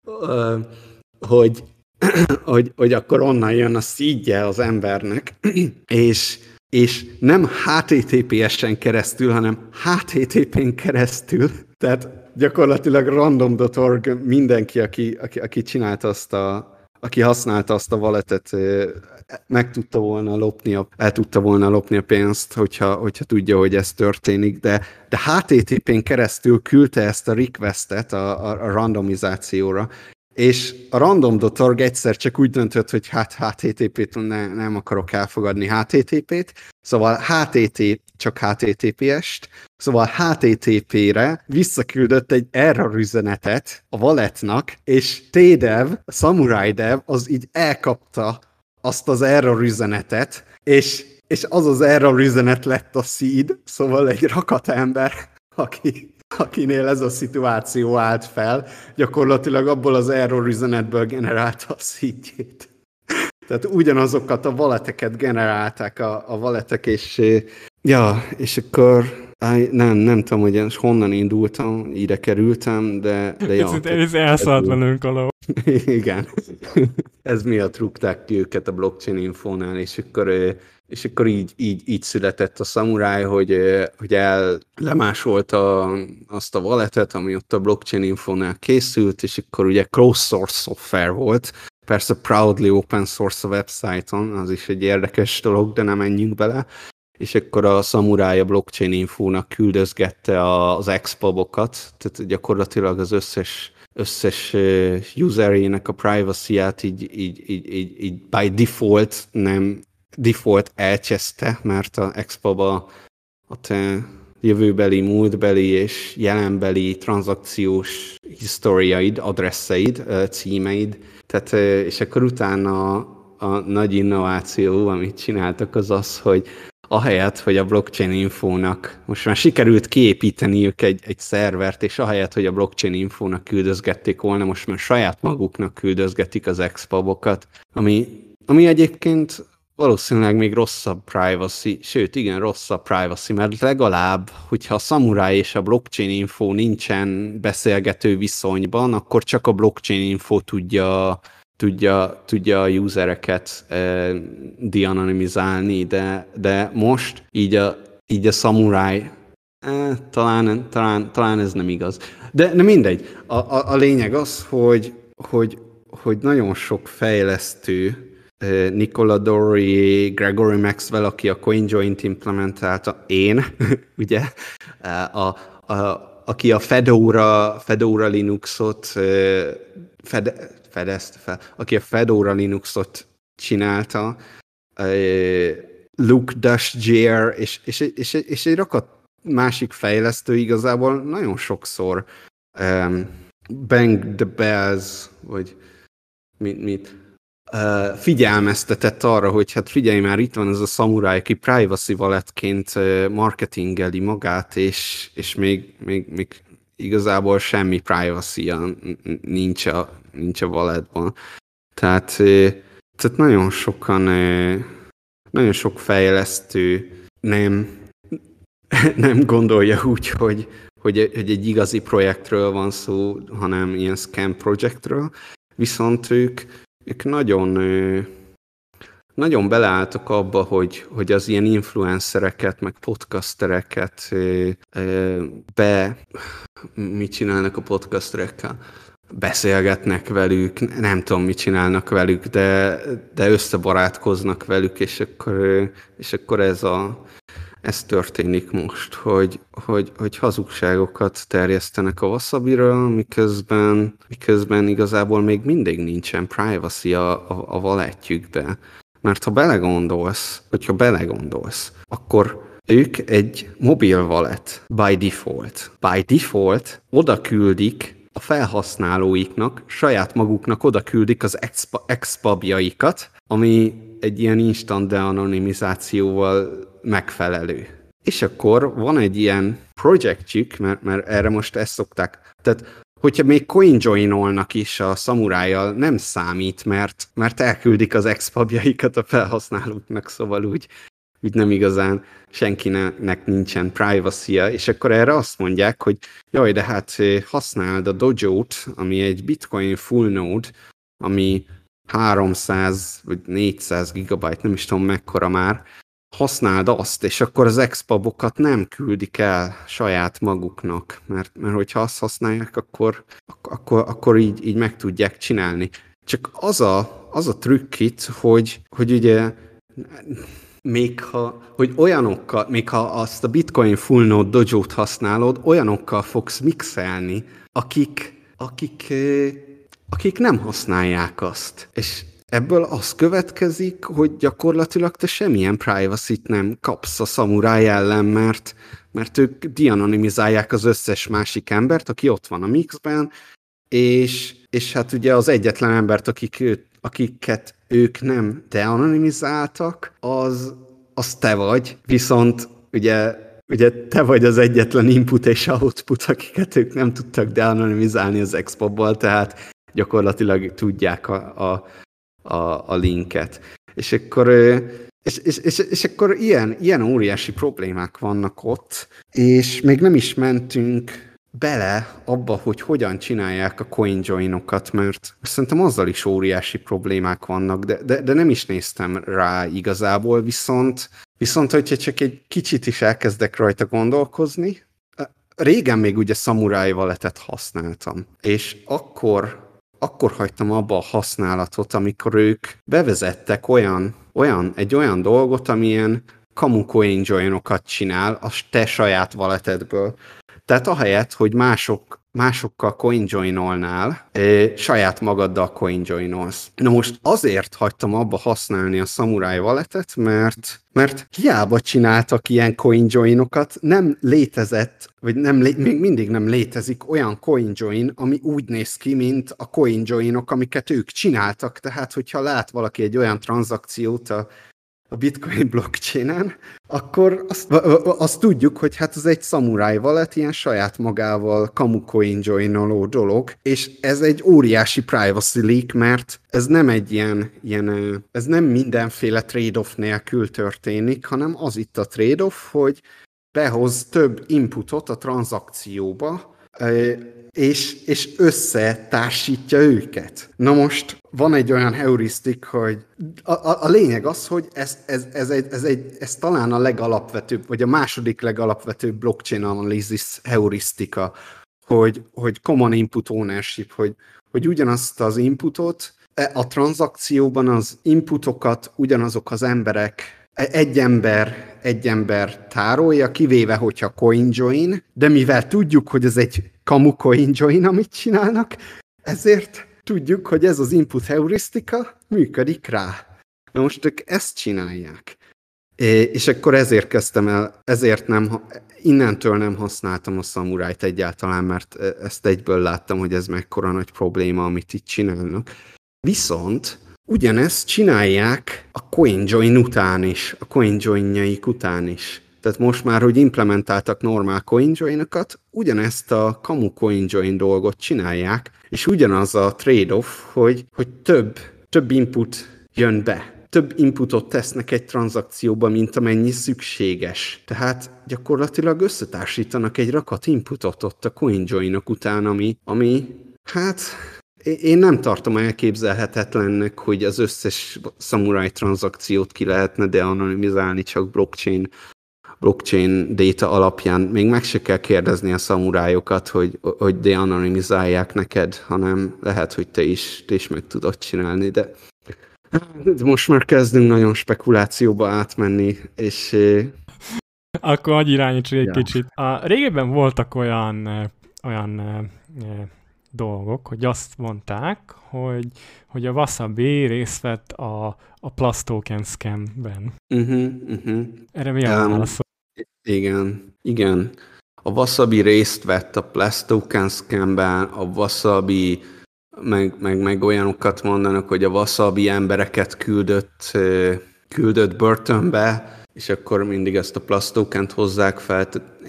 hogy akkor onnan jön a seedje az embernek, és nem HTTPS-en keresztül, hanem HTTP-n keresztül, tehát gyakorlatilag random.org mindenki, aki csinálta aki használta azt a walletet, meg tudta volna lopni, el tudta volna lopni a pénzt, hogyha tudja, hogy ez történik, de HTTP-n keresztül küldte ezt a requestet a randomizációra, és a random.org egyszer csak úgy döntött, hogy HTTP-t nem akarok elfogadni HTTP-t, szóval csak HTTPS-t, szóval HTTP-re visszaküldött egy error üzenetet a walletnak, és T-Dev, a Samurai Dev, az így elkapta azt az error üzenetet, és az error üzenet lett a seed, szóval egy rakatember, akinél ez a szituáció állt fel, gyakorlatilag abból az error üzenetből generálta a seedjét. Tehát ugyanazokat a walleteket generálták a walletek, és akkor nem tudom, hogy honnan indultam, ide kerültem, de ja.
Ez elszállt valahol.
Igen. Ez miatt rúgták ki őket a Blockchain Infónál, és akkor így született a Samurai, hogy lemásolta azt a walletet, ami ott a Blockchain Infónál készült, és akkor ugye closed source szoftver volt, persze proudly open source a website-on, az is egy érdekes dolog, de nem menjünk bele, és akkor a Samurai a blockchain infónak küldözgette az expubokat, tehát gyakorlatilag az összes userének a privacy-át így by default elcseszte, mert a expub a te jövőbeli, múltbeli és jelenbeli tranzakciós historiaid, adresszeid, címeid, tehát, és akkor utána a nagy innováció, amit csináltak, az, hogy ahelyett, hogy a blockchain infónak, most már sikerült kiépíteniük egy szervert, és ahelyett, hogy a blockchain infónak küldözgették volna, most már saját maguknak küldözgetik az expubokat, ami egyébként valószínűleg még rosszabb privacy, sőt, igen, rosszabb privacy, mert legalább, hogyha a Samurai és a blockchain info nincsen beszélgető viszonyban, akkor csak a blockchain info tudja a usereket de-anonymizálni, de most így a Samurai, talán ez nem igaz. De mindegy. A lényeg az, hogy nagyon sok fejlesztő, Nicola Dory, Gregory Maxwell, aki a CoinJoint implementálta, én, ugye, aki a Fedora Linuxot fedezte fel, aki a Fedora Linuxot csinálta, Luke Dashjr, és egy rakat másik fejlesztő igazából nagyon sokszor Bang the Bells, vagy mit figyelmeztetett arra, hogy hát figyelj már, itt van ez a Samurai, aki privacy walletként marketingeli magát, és még igazából semmi privacy-ja nincs a walletban. Tehát nagyon sok fejlesztő nem gondolja úgy, hogy egy igazi projektről van szó, hanem ilyen scam projektről, viszont ők nagyon beleálltak abba, hogy az ilyen influencereket, meg podcastereket mit csinálnak a podcasterekkel? Beszélgetnek velük, nem tudom, mit csinálnak velük, de összebarátkoznak velük, és akkor ez történik most, hogy hazugságokat terjesztenek a Wasabiről, miközben igazából még mindig nincsen privacy a walletjükbe. Mert ha belegondolsz, akkor ők egy mobil wallet by default. By default oda küldik a felhasználóiknak, saját maguknak oda küldik az expubjaikat, ami egy ilyen instant de-anonymizációval megfelelő. És akkor van egy ilyen projektjük, mert erre most ezt szokták. Tehát, hogyha még CoinJoin-olnak is a Samurai-jal, nem számít, mert elküldik az expubjaikat a felhasználóknak, szóval úgy nem igazán senkinek nincsen privacy-ja, és akkor erre azt mondják, hogy jaj, de hát használd a Dojo-t, ami egy Bitcoin full node, ami 300 vagy 400 gigabyte, nem is tudom mekkora már, használd azt, és akkor az expubokat nem küldik el saját maguknak, mert hogyha azt használják, akkor így meg tudják csinálni. Csak az a trükk itt, hogy ugye még ha azt a Bitcoin full node Dojo-t használod, olyanokkal fogsz mixelni, akik nem használják azt. És ebből az következik, hogy gyakorlatilag te semmilyen privacy-t nem kapsz a Samurai ellen, mert ők de-anonymizálják az összes másik embert, aki ott van a mixben, és hát ugye az egyetlen embert, akiket ők nem de-anonymizáltak, az te vagy, viszont ugye te vagy az egyetlen input és output, akiket ők nem tudtak de-anonymizálni az expubbal, tehát gyakorlatilag tudják a linket. És akkor ilyen óriási problémák vannak ott, és még nem is mentünk bele abba, hogy hogyan csinálják a CoinJoin-okat, mert szerintem azzal is óriási problémák vannak, de nem is néztem rá igazából, viszont hogyha csak egy kicsit is elkezdek rajta gondolkozni, régen még ugye Samurai walletet használtam, és akkor hagytam abba a használatot, amikor ők bevezettek egy olyan dolgot, amilyen kamu CoinJoin-okat csinál a te saját walletedből. Tehát ahelyett, hogy másokkal CoinJoin-olnál, saját magaddal CoinJoin-olsz. Na most azért hagytam abba használni a Samurai Walletet, mert hiába csináltak ilyen CoinJoin-okat, nem létezett, vagy még mindig nem létezik olyan CoinJoin, ami úgy néz ki, mint a CoinJoin-ok, amiket ők csináltak. Tehát, hogyha lát valaki egy olyan tranzakciót a Bitcoin blockchainen, akkor azt tudjuk, hogy hát ez egy Samurai Wallet, ilyen saját magával kamu CoinJoin-oló dolog, és ez egy óriási privacy leak, mert ez nem egy ez nem mindenféle trade-off nélkül történik, hanem az itt a trade-off, hogy behoz több inputot a tranzakcióba, és összetársítja őket. Na most van egy olyan heurisztik, hogy a lényeg az, hogy ez talán a legalapvetőbb, vagy a második legalapvetőbb blockchain analysis heurisztika, hogy common input ownership, hogy ugyanazt az inputot, a tranzakcióban az inputokat ugyanazok az emberek, egy ember tárolja, kivéve, hogyha CoinJoin, de mivel tudjuk, hogy ez egy kamu CoinJoin, amit csinálnak, ezért tudjuk, hogy ez az input heurisztika működik rá. Na most ők ezt csinálják. És akkor ezért kezdtem el, innentől nem használtam a Samurai-t egyáltalán, mert ezt egyből láttam, hogy ez mekkora nagy probléma, amit itt csinálnak. Viszont ugyanezt csinálják a CoinJoin után is, a CoinJoin-jaik után is. Tehát most már, hogy implementáltak normál CoinJoin-okat, ugyanezt a kamu CoinJoin dolgot csinálják, és ugyanaz a trade-off, hogy több input jön be. Több inputot tesznek egy tranzakcióba, mint amennyi szükséges. Tehát gyakorlatilag összetársítanak egy rakat inputot ott a CoinJoin-ok után, ami hát én nem tartom elképzelhetetlennek, hogy az összes Samurai tranzakciót ki lehetne de-anonimizálni csak blockchain data alapján. Még meg se kell kérdezni a szamurájokat, hogy de-anonimizálják neked, hanem lehet, hogy te is meg tudod csinálni, de most már kezdünk nagyon spekulációba átmenni, és...
Akkor hagyj irányítsuk egy kicsit. Régebben voltak olyan dolgok, hogy azt mondták, hogy a Wasabi részt vett a Plus Token scamben. Erre mi a válaszol?
Igen. A Wasabi részt vett a Plus Token scamben, a Wasabi meg olyanokat mondanak, hogy a Wasabi embereket küldött börtönbe, és akkor mindig ezt a Plus Tokent hozzák fel.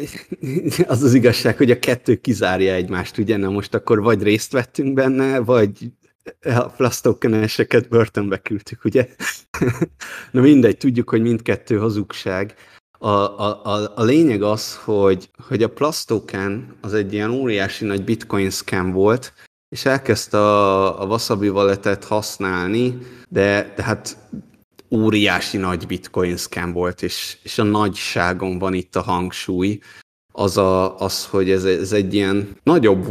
Az az igazság, hogy a kettő kizárja egymást, ugye? Na most akkor vagy részt vettünk benne, vagy a Plus Tokeneseket börtönbe küldtük, ugye? Na mindegy, tudjuk, hogy mindkettő hazugság. A lényeg az, hogy a Plus Token az egy ilyen óriási nagy bitcoin scam volt, és elkezdte a Wasabi walletet használni, de hát óriási nagy bitcoin scam volt, és a nagyságon van itt a hangsúly. Az hogy ez egy ilyen nagyobb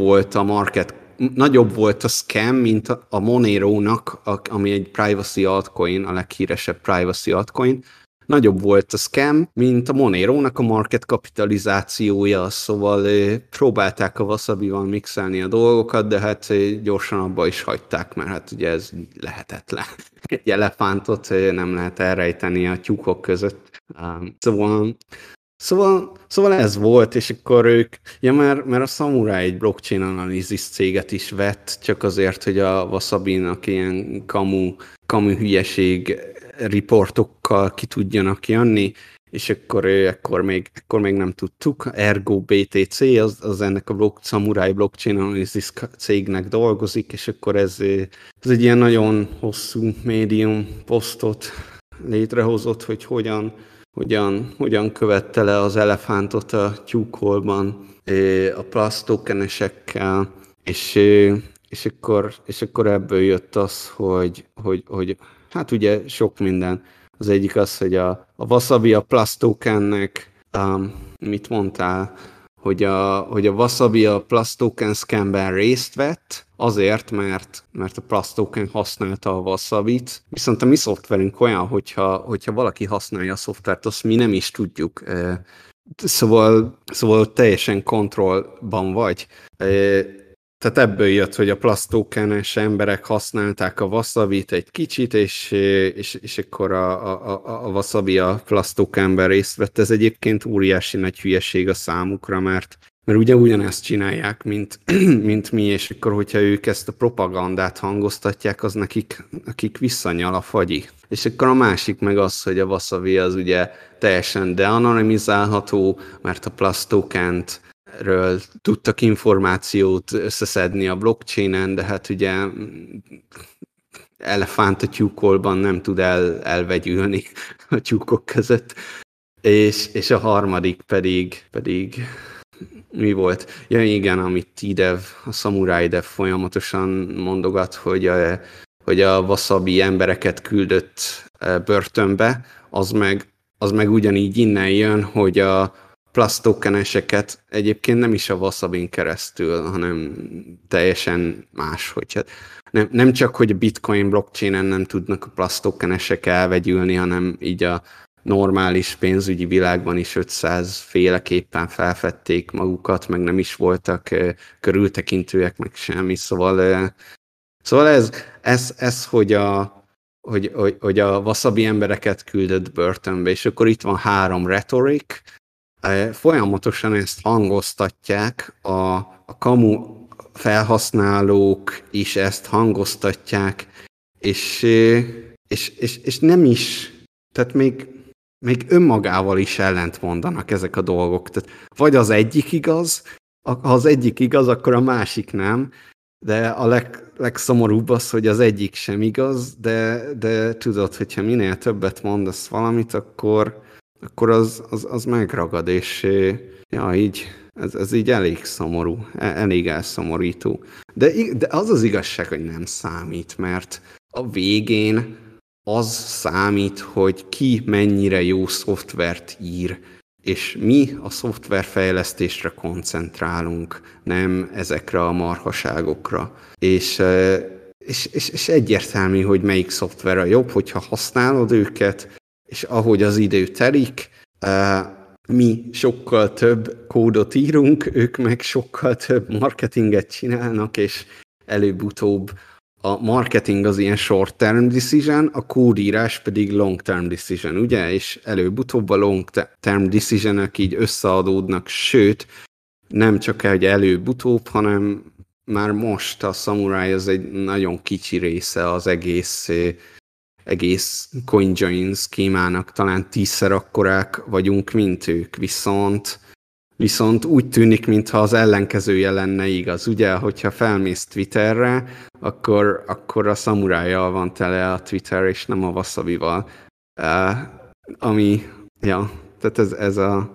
volt a scam, mint a Monero-nak, ami egy privacy altcoin, a leghíresebb privacy altcoin. Nagyobb volt a scam, mint a Monero-nak a market kapitalizációja, szóval próbálták a Wasabival mixelni a dolgokat, de hát gyorsan abba is hagyták, mert hát ugye ez lehetetlen. Egy elefántot nem lehet elrejteni a tyúkok között. Szóval ez volt, és akkor ők, mert a Samurai egy blockchain analysis céget is vett, csak azért, hogy a Wasabinak ilyen kamu hülyeség riportokkal ki tudjanak jönni, és akkor még nem tudtuk. Ergo BTC, az ennek a Samurai Blockchain Analysis cégnek dolgozik, és akkor ez egy ilyen nagyon hosszú médium posztot létrehozott, hogy hogyan követte le az elefántot a tyúkholban a Plus tokenesekkel, és akkor ebből jött az, hogy hát ugye sok minden. Az egyik az, hogy a Wasabi a Plus tokennek, mit mondtál, hogy a Wasabi a Plus Token scamben részt vett, azért, mert a Plus Token használta a Wasabit, viszont a mi szoftverünk olyan, hogyha valaki használja a szoftvert, azt mi nem is tudjuk. Szóval teljesen kontrollban vagy. Tehát ebből jött, hogy a Plus Token-es emberek használták a Wasabit egy kicsit, és akkor a Wasabi a Plus Tokenben részt vett. Ez egyébként óriási nagy hülyeség a számukra, mert ugye ugyanezt csinálják, mint mi, és akkor, hogyha ők ezt a propagandát hangoztatják, az nekik visszanyal a fagyi. És akkor a másik meg az, hogy a Wasabi az ugye teljesen deanonimizálható, mert a Plus Tokent ről tudtak információt összeszedni a blockchainen, de hát ugye elefánt a tyúkolban nem tud elvegyülni a tyúkok között. És a harmadik pedig mi volt? Ja igen, amit T-Dev, a Samurai Dev folyamatosan mondogat, hogy a Wasabi embereket küldött börtönbe, az meg ugyanígy innen jön, hogy a Plus tokeneseket egyébként nem is a Wasabin keresztül, hanem teljesen máshogy. Nem csak, hogy a Bitcoin blockchainen nem tudnak a Plus tokenesek elvegyülni, hanem így a normális pénzügyi világban is 500 féleképpen felfedték magukat, meg nem is voltak körültekintőek, meg semmi. Szóval ez hogy a Wasabi embereket küldött börtönbe, és akkor itt van 3 retorik, folyamatosan ezt hangoztatják, a kamu felhasználók is ezt hangoztatják, és nem is, tehát még önmagával is ellent mondanak ezek a dolgok. Tehát vagy az egyik igaz, ha az egyik igaz, akkor a másik nem, de a legszomorúbb az, hogy az egyik sem igaz, de tudod, hogyha minél többet mondasz valamit, akkor az megragad, és ja, így, ez így elég szomorú, elég elszomorító. De az az igazság, hogy nem számít, mert a végén az számít, hogy ki mennyire jó szoftvert ír, és mi a szoftverfejlesztésre koncentrálunk, nem ezekre a marhaságokra. És egyértelmű, hogy melyik szoftver a jobb, hogyha használod őket, és ahogy az idő telik, mi sokkal több kódot írunk, ők meg sokkal több marketinget csinálnak, és előbb-utóbb a marketing az ilyen short-term decision, a kódírás pedig long-term decision, ugye? És előbb-utóbb a long-term decision-ök így összeadódnak, sőt, nem csak egy előbb-utóbb, hanem már most a Samurai az egy nagyon kicsi része az egész CoinJoin szkémának, talán 10-szer akkorák vagyunk, mint ők, viszont úgy tűnik, mintha az ellenkezője lenne igaz. Ugye, hogyha felmész Twitterre, akkor a Samurai-jal van tele a Twitter, és nem a Wasabival. Tehát ez a...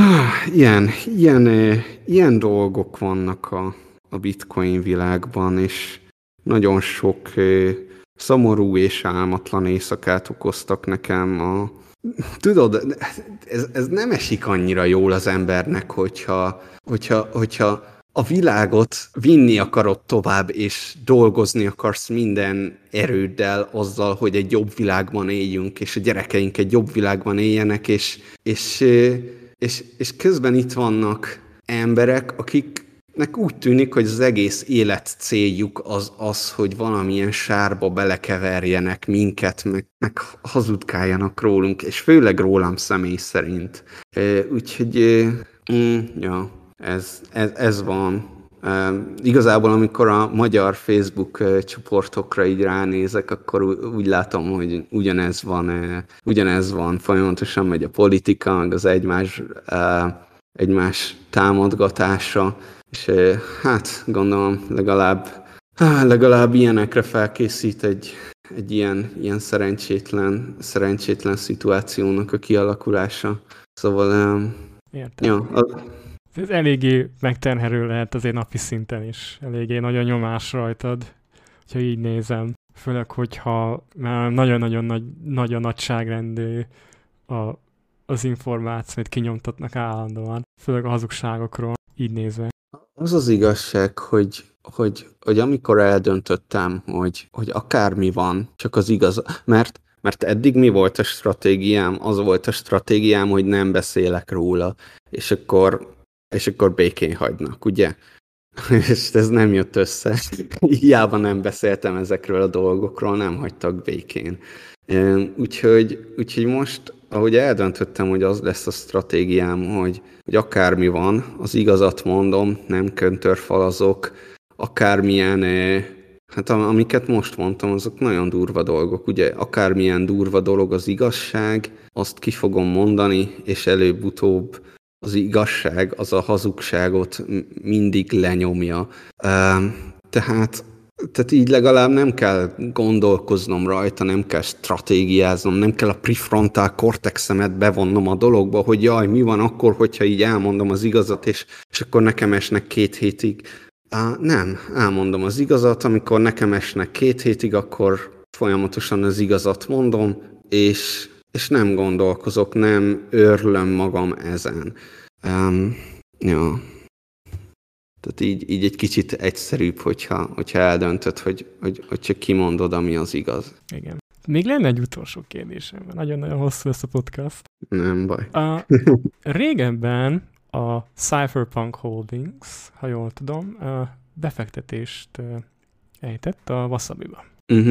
Ilyen dolgok vannak a Bitcoin világban, és nagyon sok szomorú és álmatlan éjszakát okoztak nekem. Tudod, ez nem esik annyira jól az embernek, hogyha a világot vinni akarod tovább, és dolgozni akarsz minden erőddel azzal, hogy egy jobb világban éljünk, és a gyerekeink egy jobb világban éljenek, és közben itt vannak emberek, akiknek úgy tűnik, hogy az egész élet céljuk az, hogy valamilyen sárba belekeverjenek minket, meg hazudkáljanak rólunk, és főleg rólam személy szerint. Úgyhogy, ez van. Igazából, amikor a magyar Facebook csoportokra így ránézek, akkor úgy látom, hogy ugyanez van, folyamatosan megy a politika, meg az egymás támadgatása, és hát gondolom legalább ilyenekre felkészít egy ilyen szerencsétlen szituációnak a kialakulása. Szóval...
Értem. Ja, ez eléggé megterhelő lehet azért napi szinten is. Eléggé nagy nyomás rajtad, hogyha így nézem. Főleg, hogyha már nagyon-nagyon nagy a nagyságrendű az információt kinyomtatnak állandóan, főleg a hazugságokról, így nézve.
Az az igazság, hogy amikor eldöntöttem, hogy akármi van, csak az igaz, mert eddig mi volt a stratégiám? Az volt a stratégiám, hogy nem beszélek róla, és akkor békén hagynak, ugye? És ez nem jött össze. Hiába nem beszéltem ezekről a dolgokról, nem hagytak békén. Úgyhogy most, ahogy eldöntöttem, hogy az lesz a stratégiám, hogy akármi van, az igazat mondom, nem köntörfalazok, akármilyen, hát amiket most mondtam, azok nagyon durva dolgok, ugye akármilyen durva dolog az igazság, azt ki fogom mondani, és előbb-utóbb az igazság, az a hazugságot mindig lenyomja. Tehát így legalább nem kell gondolkoznom rajta, nem kell stratégiáznom, nem kell a prefrontal cortexemet bevonnom a dologba, hogy jaj, mi van akkor, hogyha így elmondom az igazat, és akkor nekem esnek 2 hétig. Nem, elmondom az igazat, amikor nekem esnek 2 hétig, akkor folyamatosan az igazat mondom, és nem gondolkozok, nem őrlöm magam ezen. Ja. Tehát így egy kicsit egyszerűbb, hogyha eldöntöd, hogy csak kimondod, ami az igaz.
Igen. Még lenne egy utolsó kérdésem, nagyon-nagyon hosszú lesz a podcast.
Nem baj.
Régebben a Cypherpunk Holdings, ha jól tudom, befektetést ejtett a Wasabiba.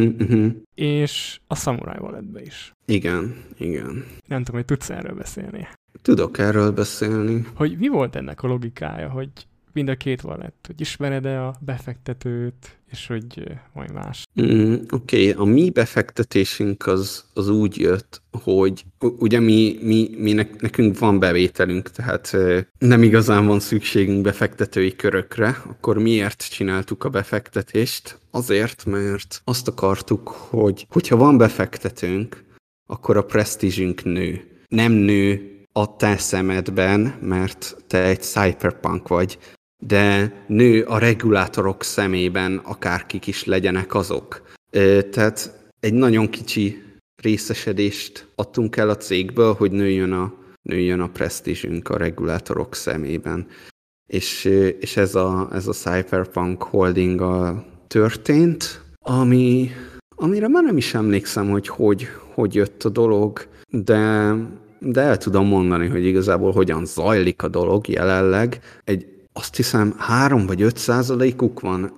És a Samurai Walletbe is.
Igen.
Nem tudom, hogy tudsz erről beszélni. Tudok
erről beszélni.
Hogy mi volt ennek a logikája, hogy mind a 2 wallet, hogy ismered-e a befektetőt, és hogy majd más?
Oké, a mi befektetésünk az úgy jött, hogy ugye nekünk van bevételünk, tehát nem igazán van szükségünk befektetői körökre, akkor miért csináltuk a befektetést? Azért, mert azt akartuk, hogyha van befektetőnk, akkor a presztízsünk nő. Nem nő a te szemedben, mert te egy cypherpunk vagy, de nő a regulátorok szemében, akárkik is legyenek azok. Tehát egy nagyon kicsi részesedést adtunk el a cégből, hogy nőjön a presztízsünk a regulátorok szemében. És ez a Cypherpunk Holdinggal történt, amire már nem is emlékszem, hogy jött a dolog, de el tudom mondani, hogy igazából hogyan zajlik a dolog jelenleg. Azt hiszem 3 vagy 5%-uk van,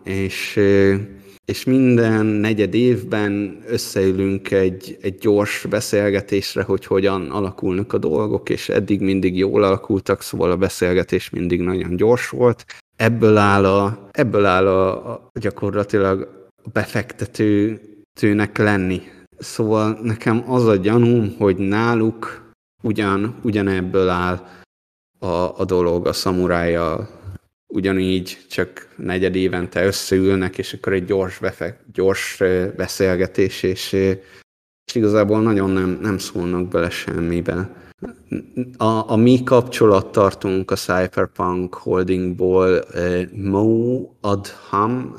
és minden negyed évben összeülünk egy gyors beszélgetésre, hogy hogyan alakulnak a dolgok, és eddig mindig jól alakultak, szóval a beszélgetés mindig nagyon gyors volt. Ebből áll a gyakorlatilag a befektetőnek lenni. Szóval nekem az a gyanúm, hogy náluk ugyanebből áll a dolog a Samurai-jal. Ugyanígy csak negyed évente összeülnek, és akkor egy gyors beszélgetés, és igazából nagyon nem szólnak bele semmibe. A mi kapcsolattartunk a Cypherpunk Holdingból Mo Adham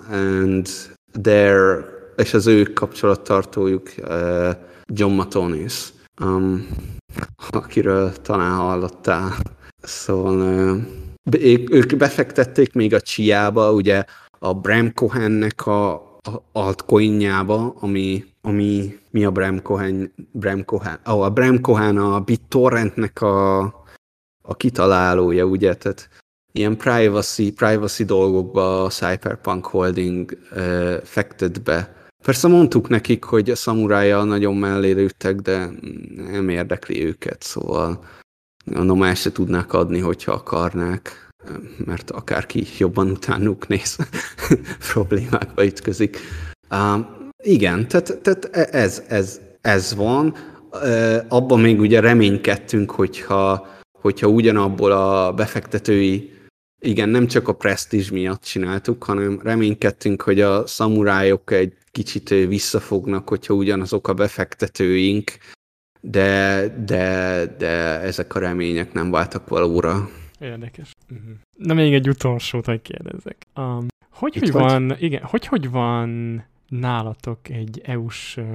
és az ő kapcsolattartójuk John Matonis, akiről talán hallottál. Szóval ők befektették még a Chia-ba, ugye a Bram Cohennek a altcoinjába, ami mi a Bram Cohen? A Bram Cohen a BitTorrentnek a kitalálója, ugye, tehát ilyen privacy dolgokba a Cypherpunk Holding fektet be. Persze mondtuk nekik, hogy a Samurai-jal nagyon mellé lőttek, de nem érdekli őket, szóval mondom, el se tudnák adni, hogyha akarnák, mert akárki jobban utánuk néz, problémákba ütközik. Igen, tehát ez van. Abban még ugye reménykedtünk, hogyha ugyanabból a befektetői, igen, nem csak a presztízs miatt csináltuk, hanem reménykedtünk, hogy a szamurájok egy kicsit visszafognak, hogyha ugyanazok a befektetőink, de ezek a remények nem váltak valóra.
Érdekes. Na még egy utolsót, hogy kérdezzek. Hogy van nálatok egy EU-s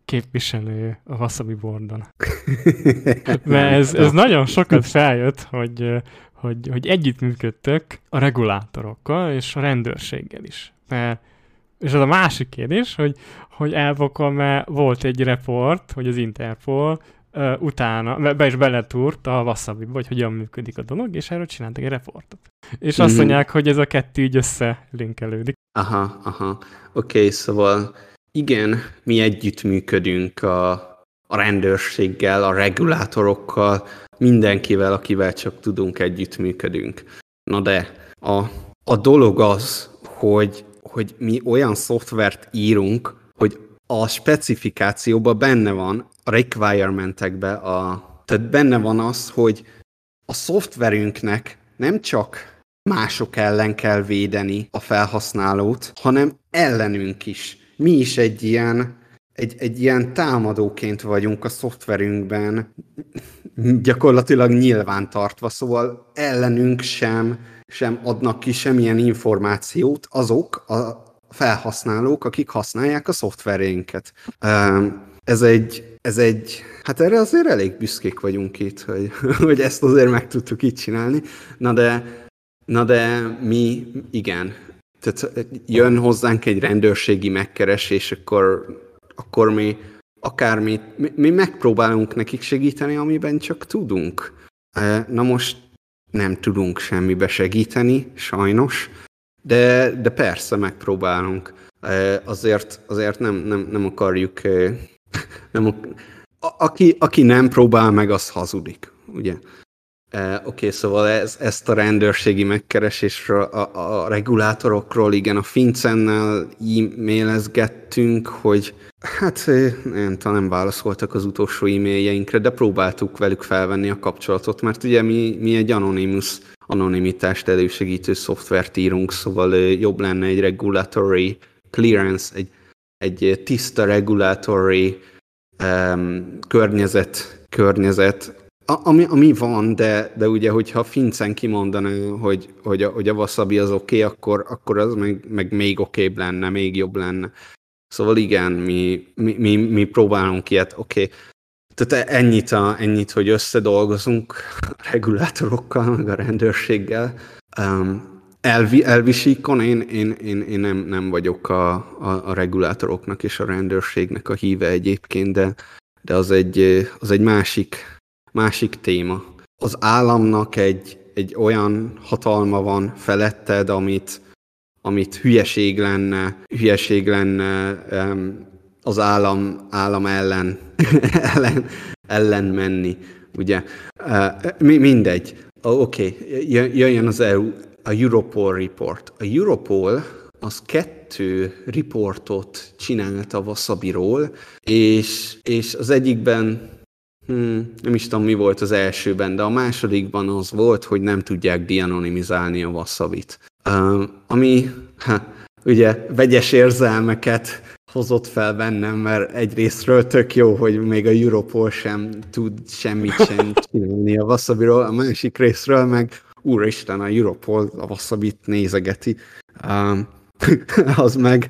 képviselő a Wasabi Boardon. Mert ez nagyon sokat feljött, hogy együttműködtök a regulátorokkal és a rendőrséggel is. És az a másik kérdés, hogy elvokol, mert volt egy report, hogy az Interpol utána be is beletúrt a Wasabi-ba, hogy hogyan működik a dolog, és erről csináltak egy reportot. És azt mondják, hogy ez a kettő így összelinkelődik.
Aha. Oké, szóval igen, mi együttműködünk a rendőrséggel, a regulátorokkal, mindenkivel, akivel csak tudunk, együttműködünk. Na de a dolog az, hogy mi olyan szoftvert írunk, hogy a specifikációban benne van, a requirement-ekben, tehát benne van az, hogy a szoftverünknek nem csak mások ellen kell védeni a felhasználót, hanem ellenünk is. Mi is egy ilyen támadóként vagyunk a szoftverünkben, gyakorlatilag nyilvántartva, szóval ellenünk sem adnak ki semmilyen információt azok a felhasználók, akik használják a szoftvereinket. Ez egy, hát erre azért elég büszkék vagyunk itt, hogy ezt azért meg tudtuk így csinálni. Na de mi, igen, tehát jön hozzánk egy rendőrségi megkeresés, akkor mi megpróbálunk nekik segíteni, amiben csak tudunk. Na most nem tudunk semmibe segíteni, sajnos, de persze megpróbálunk. Azért nem akarjuk... Aki nem próbál meg, az hazudik, ugye? Oké, szóval ezt a rendőrségi megkeresésről, a regulátorokról, igen, a FinCEN-nel e-mailezgettünk, hogy hát nem válaszoltak az utolsó e-mailjeinkre, de próbáltuk velük felvenni a kapcsolatot, mert ugye mi egy anonimitást elősegítő szoftvert írunk, szóval jobb lenne egy regulatory clearance, egy tiszta regulatory környezet, ami van, de ugye, hogyha a FinCEN kimondaná, hogy a Wasabi az oké, akkor az meg még okébb lenne, még jobb lenne. Szóval igen, mi próbálunk ilyet, oké. Tehát ennyit, hogy összedolgozunk a regulátorokkal, meg a rendőrséggel. Elvisíkon én nem vagyok a regulátoroknak és a rendőrségnek a híve egyébként, de az egy másik téma. Az államnak egy olyan hatalma van feletted, amit hülyeség lenne az állam ellen menni, ugye. Mindegy. Oké, jöjjön a Europol report. A Europol az 2 riportot csinált a Wasabiról, és az egyikben nem is tudom, mi volt az elsőben, de a másodikban az volt, hogy nem tudják de-anonimizálni a Wasabit. Ami ugye vegyes érzelmeket hozott fel bennem, mert egyrésztről tök jó, hogy még a Europol sem tud semmit sem csinálni a Wasabiról, a másik részről meg úristen, a Europol a Wasabit nézegeti. Az meg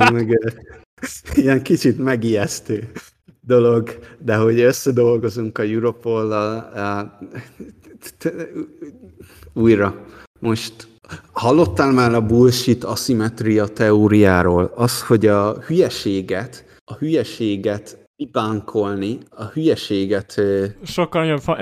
ilyen kicsit megijesztő dolog, de hogy összedolgozunk a Europollal újra. Most hallottál már a bullshit aszimetria teóriáról? Az, hogy a hülyeséget debunkolni, a hülyeséget...
Sokkal nagyobb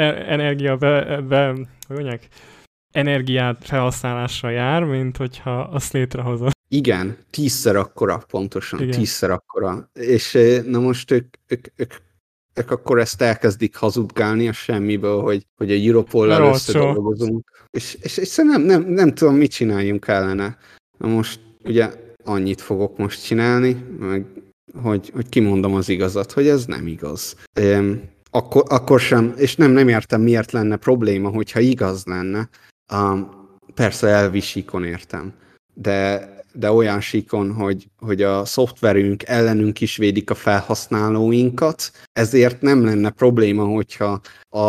energiát felhasználásra jár, mint hogyha azt létrehozod.
Igen, 10-szer akkora, pontosan, igen. 10-szer akkora. És na most ők akkor ezt elkezdik hazudgálni a semmiből, hogy a Europollal összedolgozunk. És nem tudom, mit csináljunk ellene. Na most ugye annyit fogok most csinálni, meg hogy kimondom az igazat, hogy ez nem igaz. Akkor sem, és nem értem, miért lenne probléma, hogyha igaz lenne. Persze elvisíkon értem, de olyan síkon, hogy a szoftverünk ellenünk is védik a felhasználóinkat, ezért nem lenne probléma, hogyha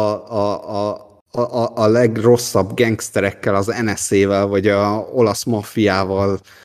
a legrosszabb gangsterekkel, az NSZ-vel, vagy a olasz maffiával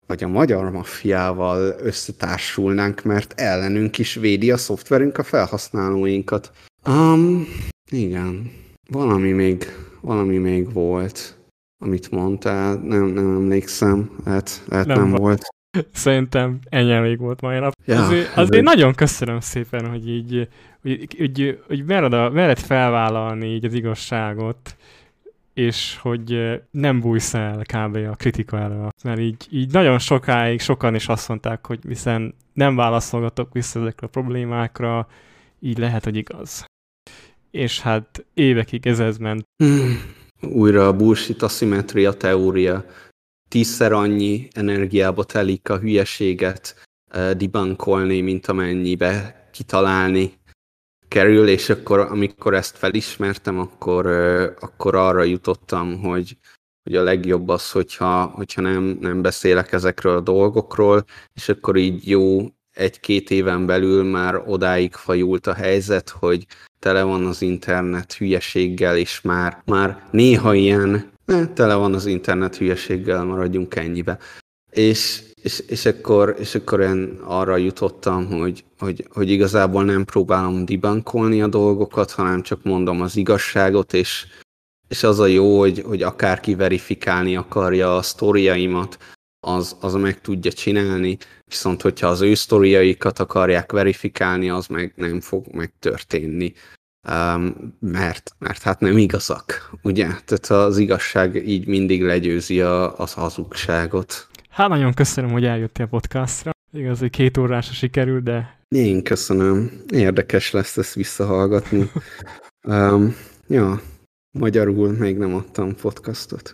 vagy a magyar maffiával összetársulnánk, mert ellenünk is védi a szoftverünk a felhasználóinkat. Igen, valami még volt, amit mondtál, nem emlékszem, lehet nem volt.
Szerintem ennyi elég volt mai nap.
Ja,
azért nagyon köszönöm szépen, hogy így hogy mered felvállalni így az igazságot, és hogy nem bújsz el kb. A kritika elől. Mert így nagyon sokáig sokan is azt mondták, hogy hiszen nem válaszolgatok vissza ezekre a problémákra, így lehet, hogy igaz. És hát évekig ez ment.
Újra a bullshit aszimetria teória. 10-szer annyi energiába telik a hülyeséget debunkolni, mint amennyibe kitalálni kerül, és akkor, amikor ezt felismertem, akkor arra jutottam, hogy a legjobb az, hogyha nem beszélek ezekről a dolgokról, és akkor így jó 1-2 éven belül már odáig fajult a helyzet, hogy tele van az internet hülyeséggel, és már néha ilyen, tele van az internet hülyeséggel, maradjunk ennyibe. És akkor én arra jutottam, hogy igazából nem próbálom debunkolni a dolgokat, hanem csak mondom az igazságot, és az a jó, hogy akárki verifikálni akarja a sztoriaimat, az meg tudja csinálni, viszont hogyha az ő sztoriaikat akarják verifikálni, az meg nem fog megtörténni. Mert hát nem igazak, ugye? Tehát az igazság így mindig legyőzi az hazugságot.
Hát nagyon köszönöm, hogy eljöttél a podcastra. Igaz, hogy 2 órásra sikerült, de...
Én köszönöm. Érdekes lesz ezt visszahallgatni. Ja, magyarul még nem adtam podcastot.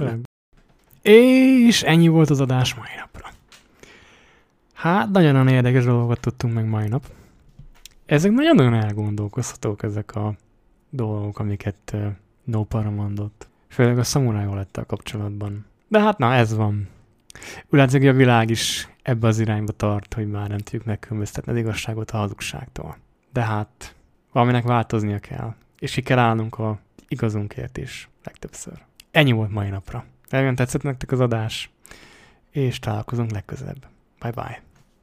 És ennyi volt az adás mai napra. Hát nagyon érdekes dolgokat tudtunk meg mai nap. Ezek nagyon elgondolkozhatók, ezek a dolgok, amiket Nópara mondott. Főleg a Szamuráj Olettel kapcsolatban. De hát na, ez van. Úgy látszik, hogy a világ is ebbe az irányba tart, hogy már nem tudjuk megkülönböztetni az igazságot a hazugságtól. De hát valaminek változnia kell. És ki kell állnunk a igazunkért is legtöbbször. Ennyi volt mai napra. Remélem tetszett nektek az adás, és találkozunk legközelebb. Bye bye.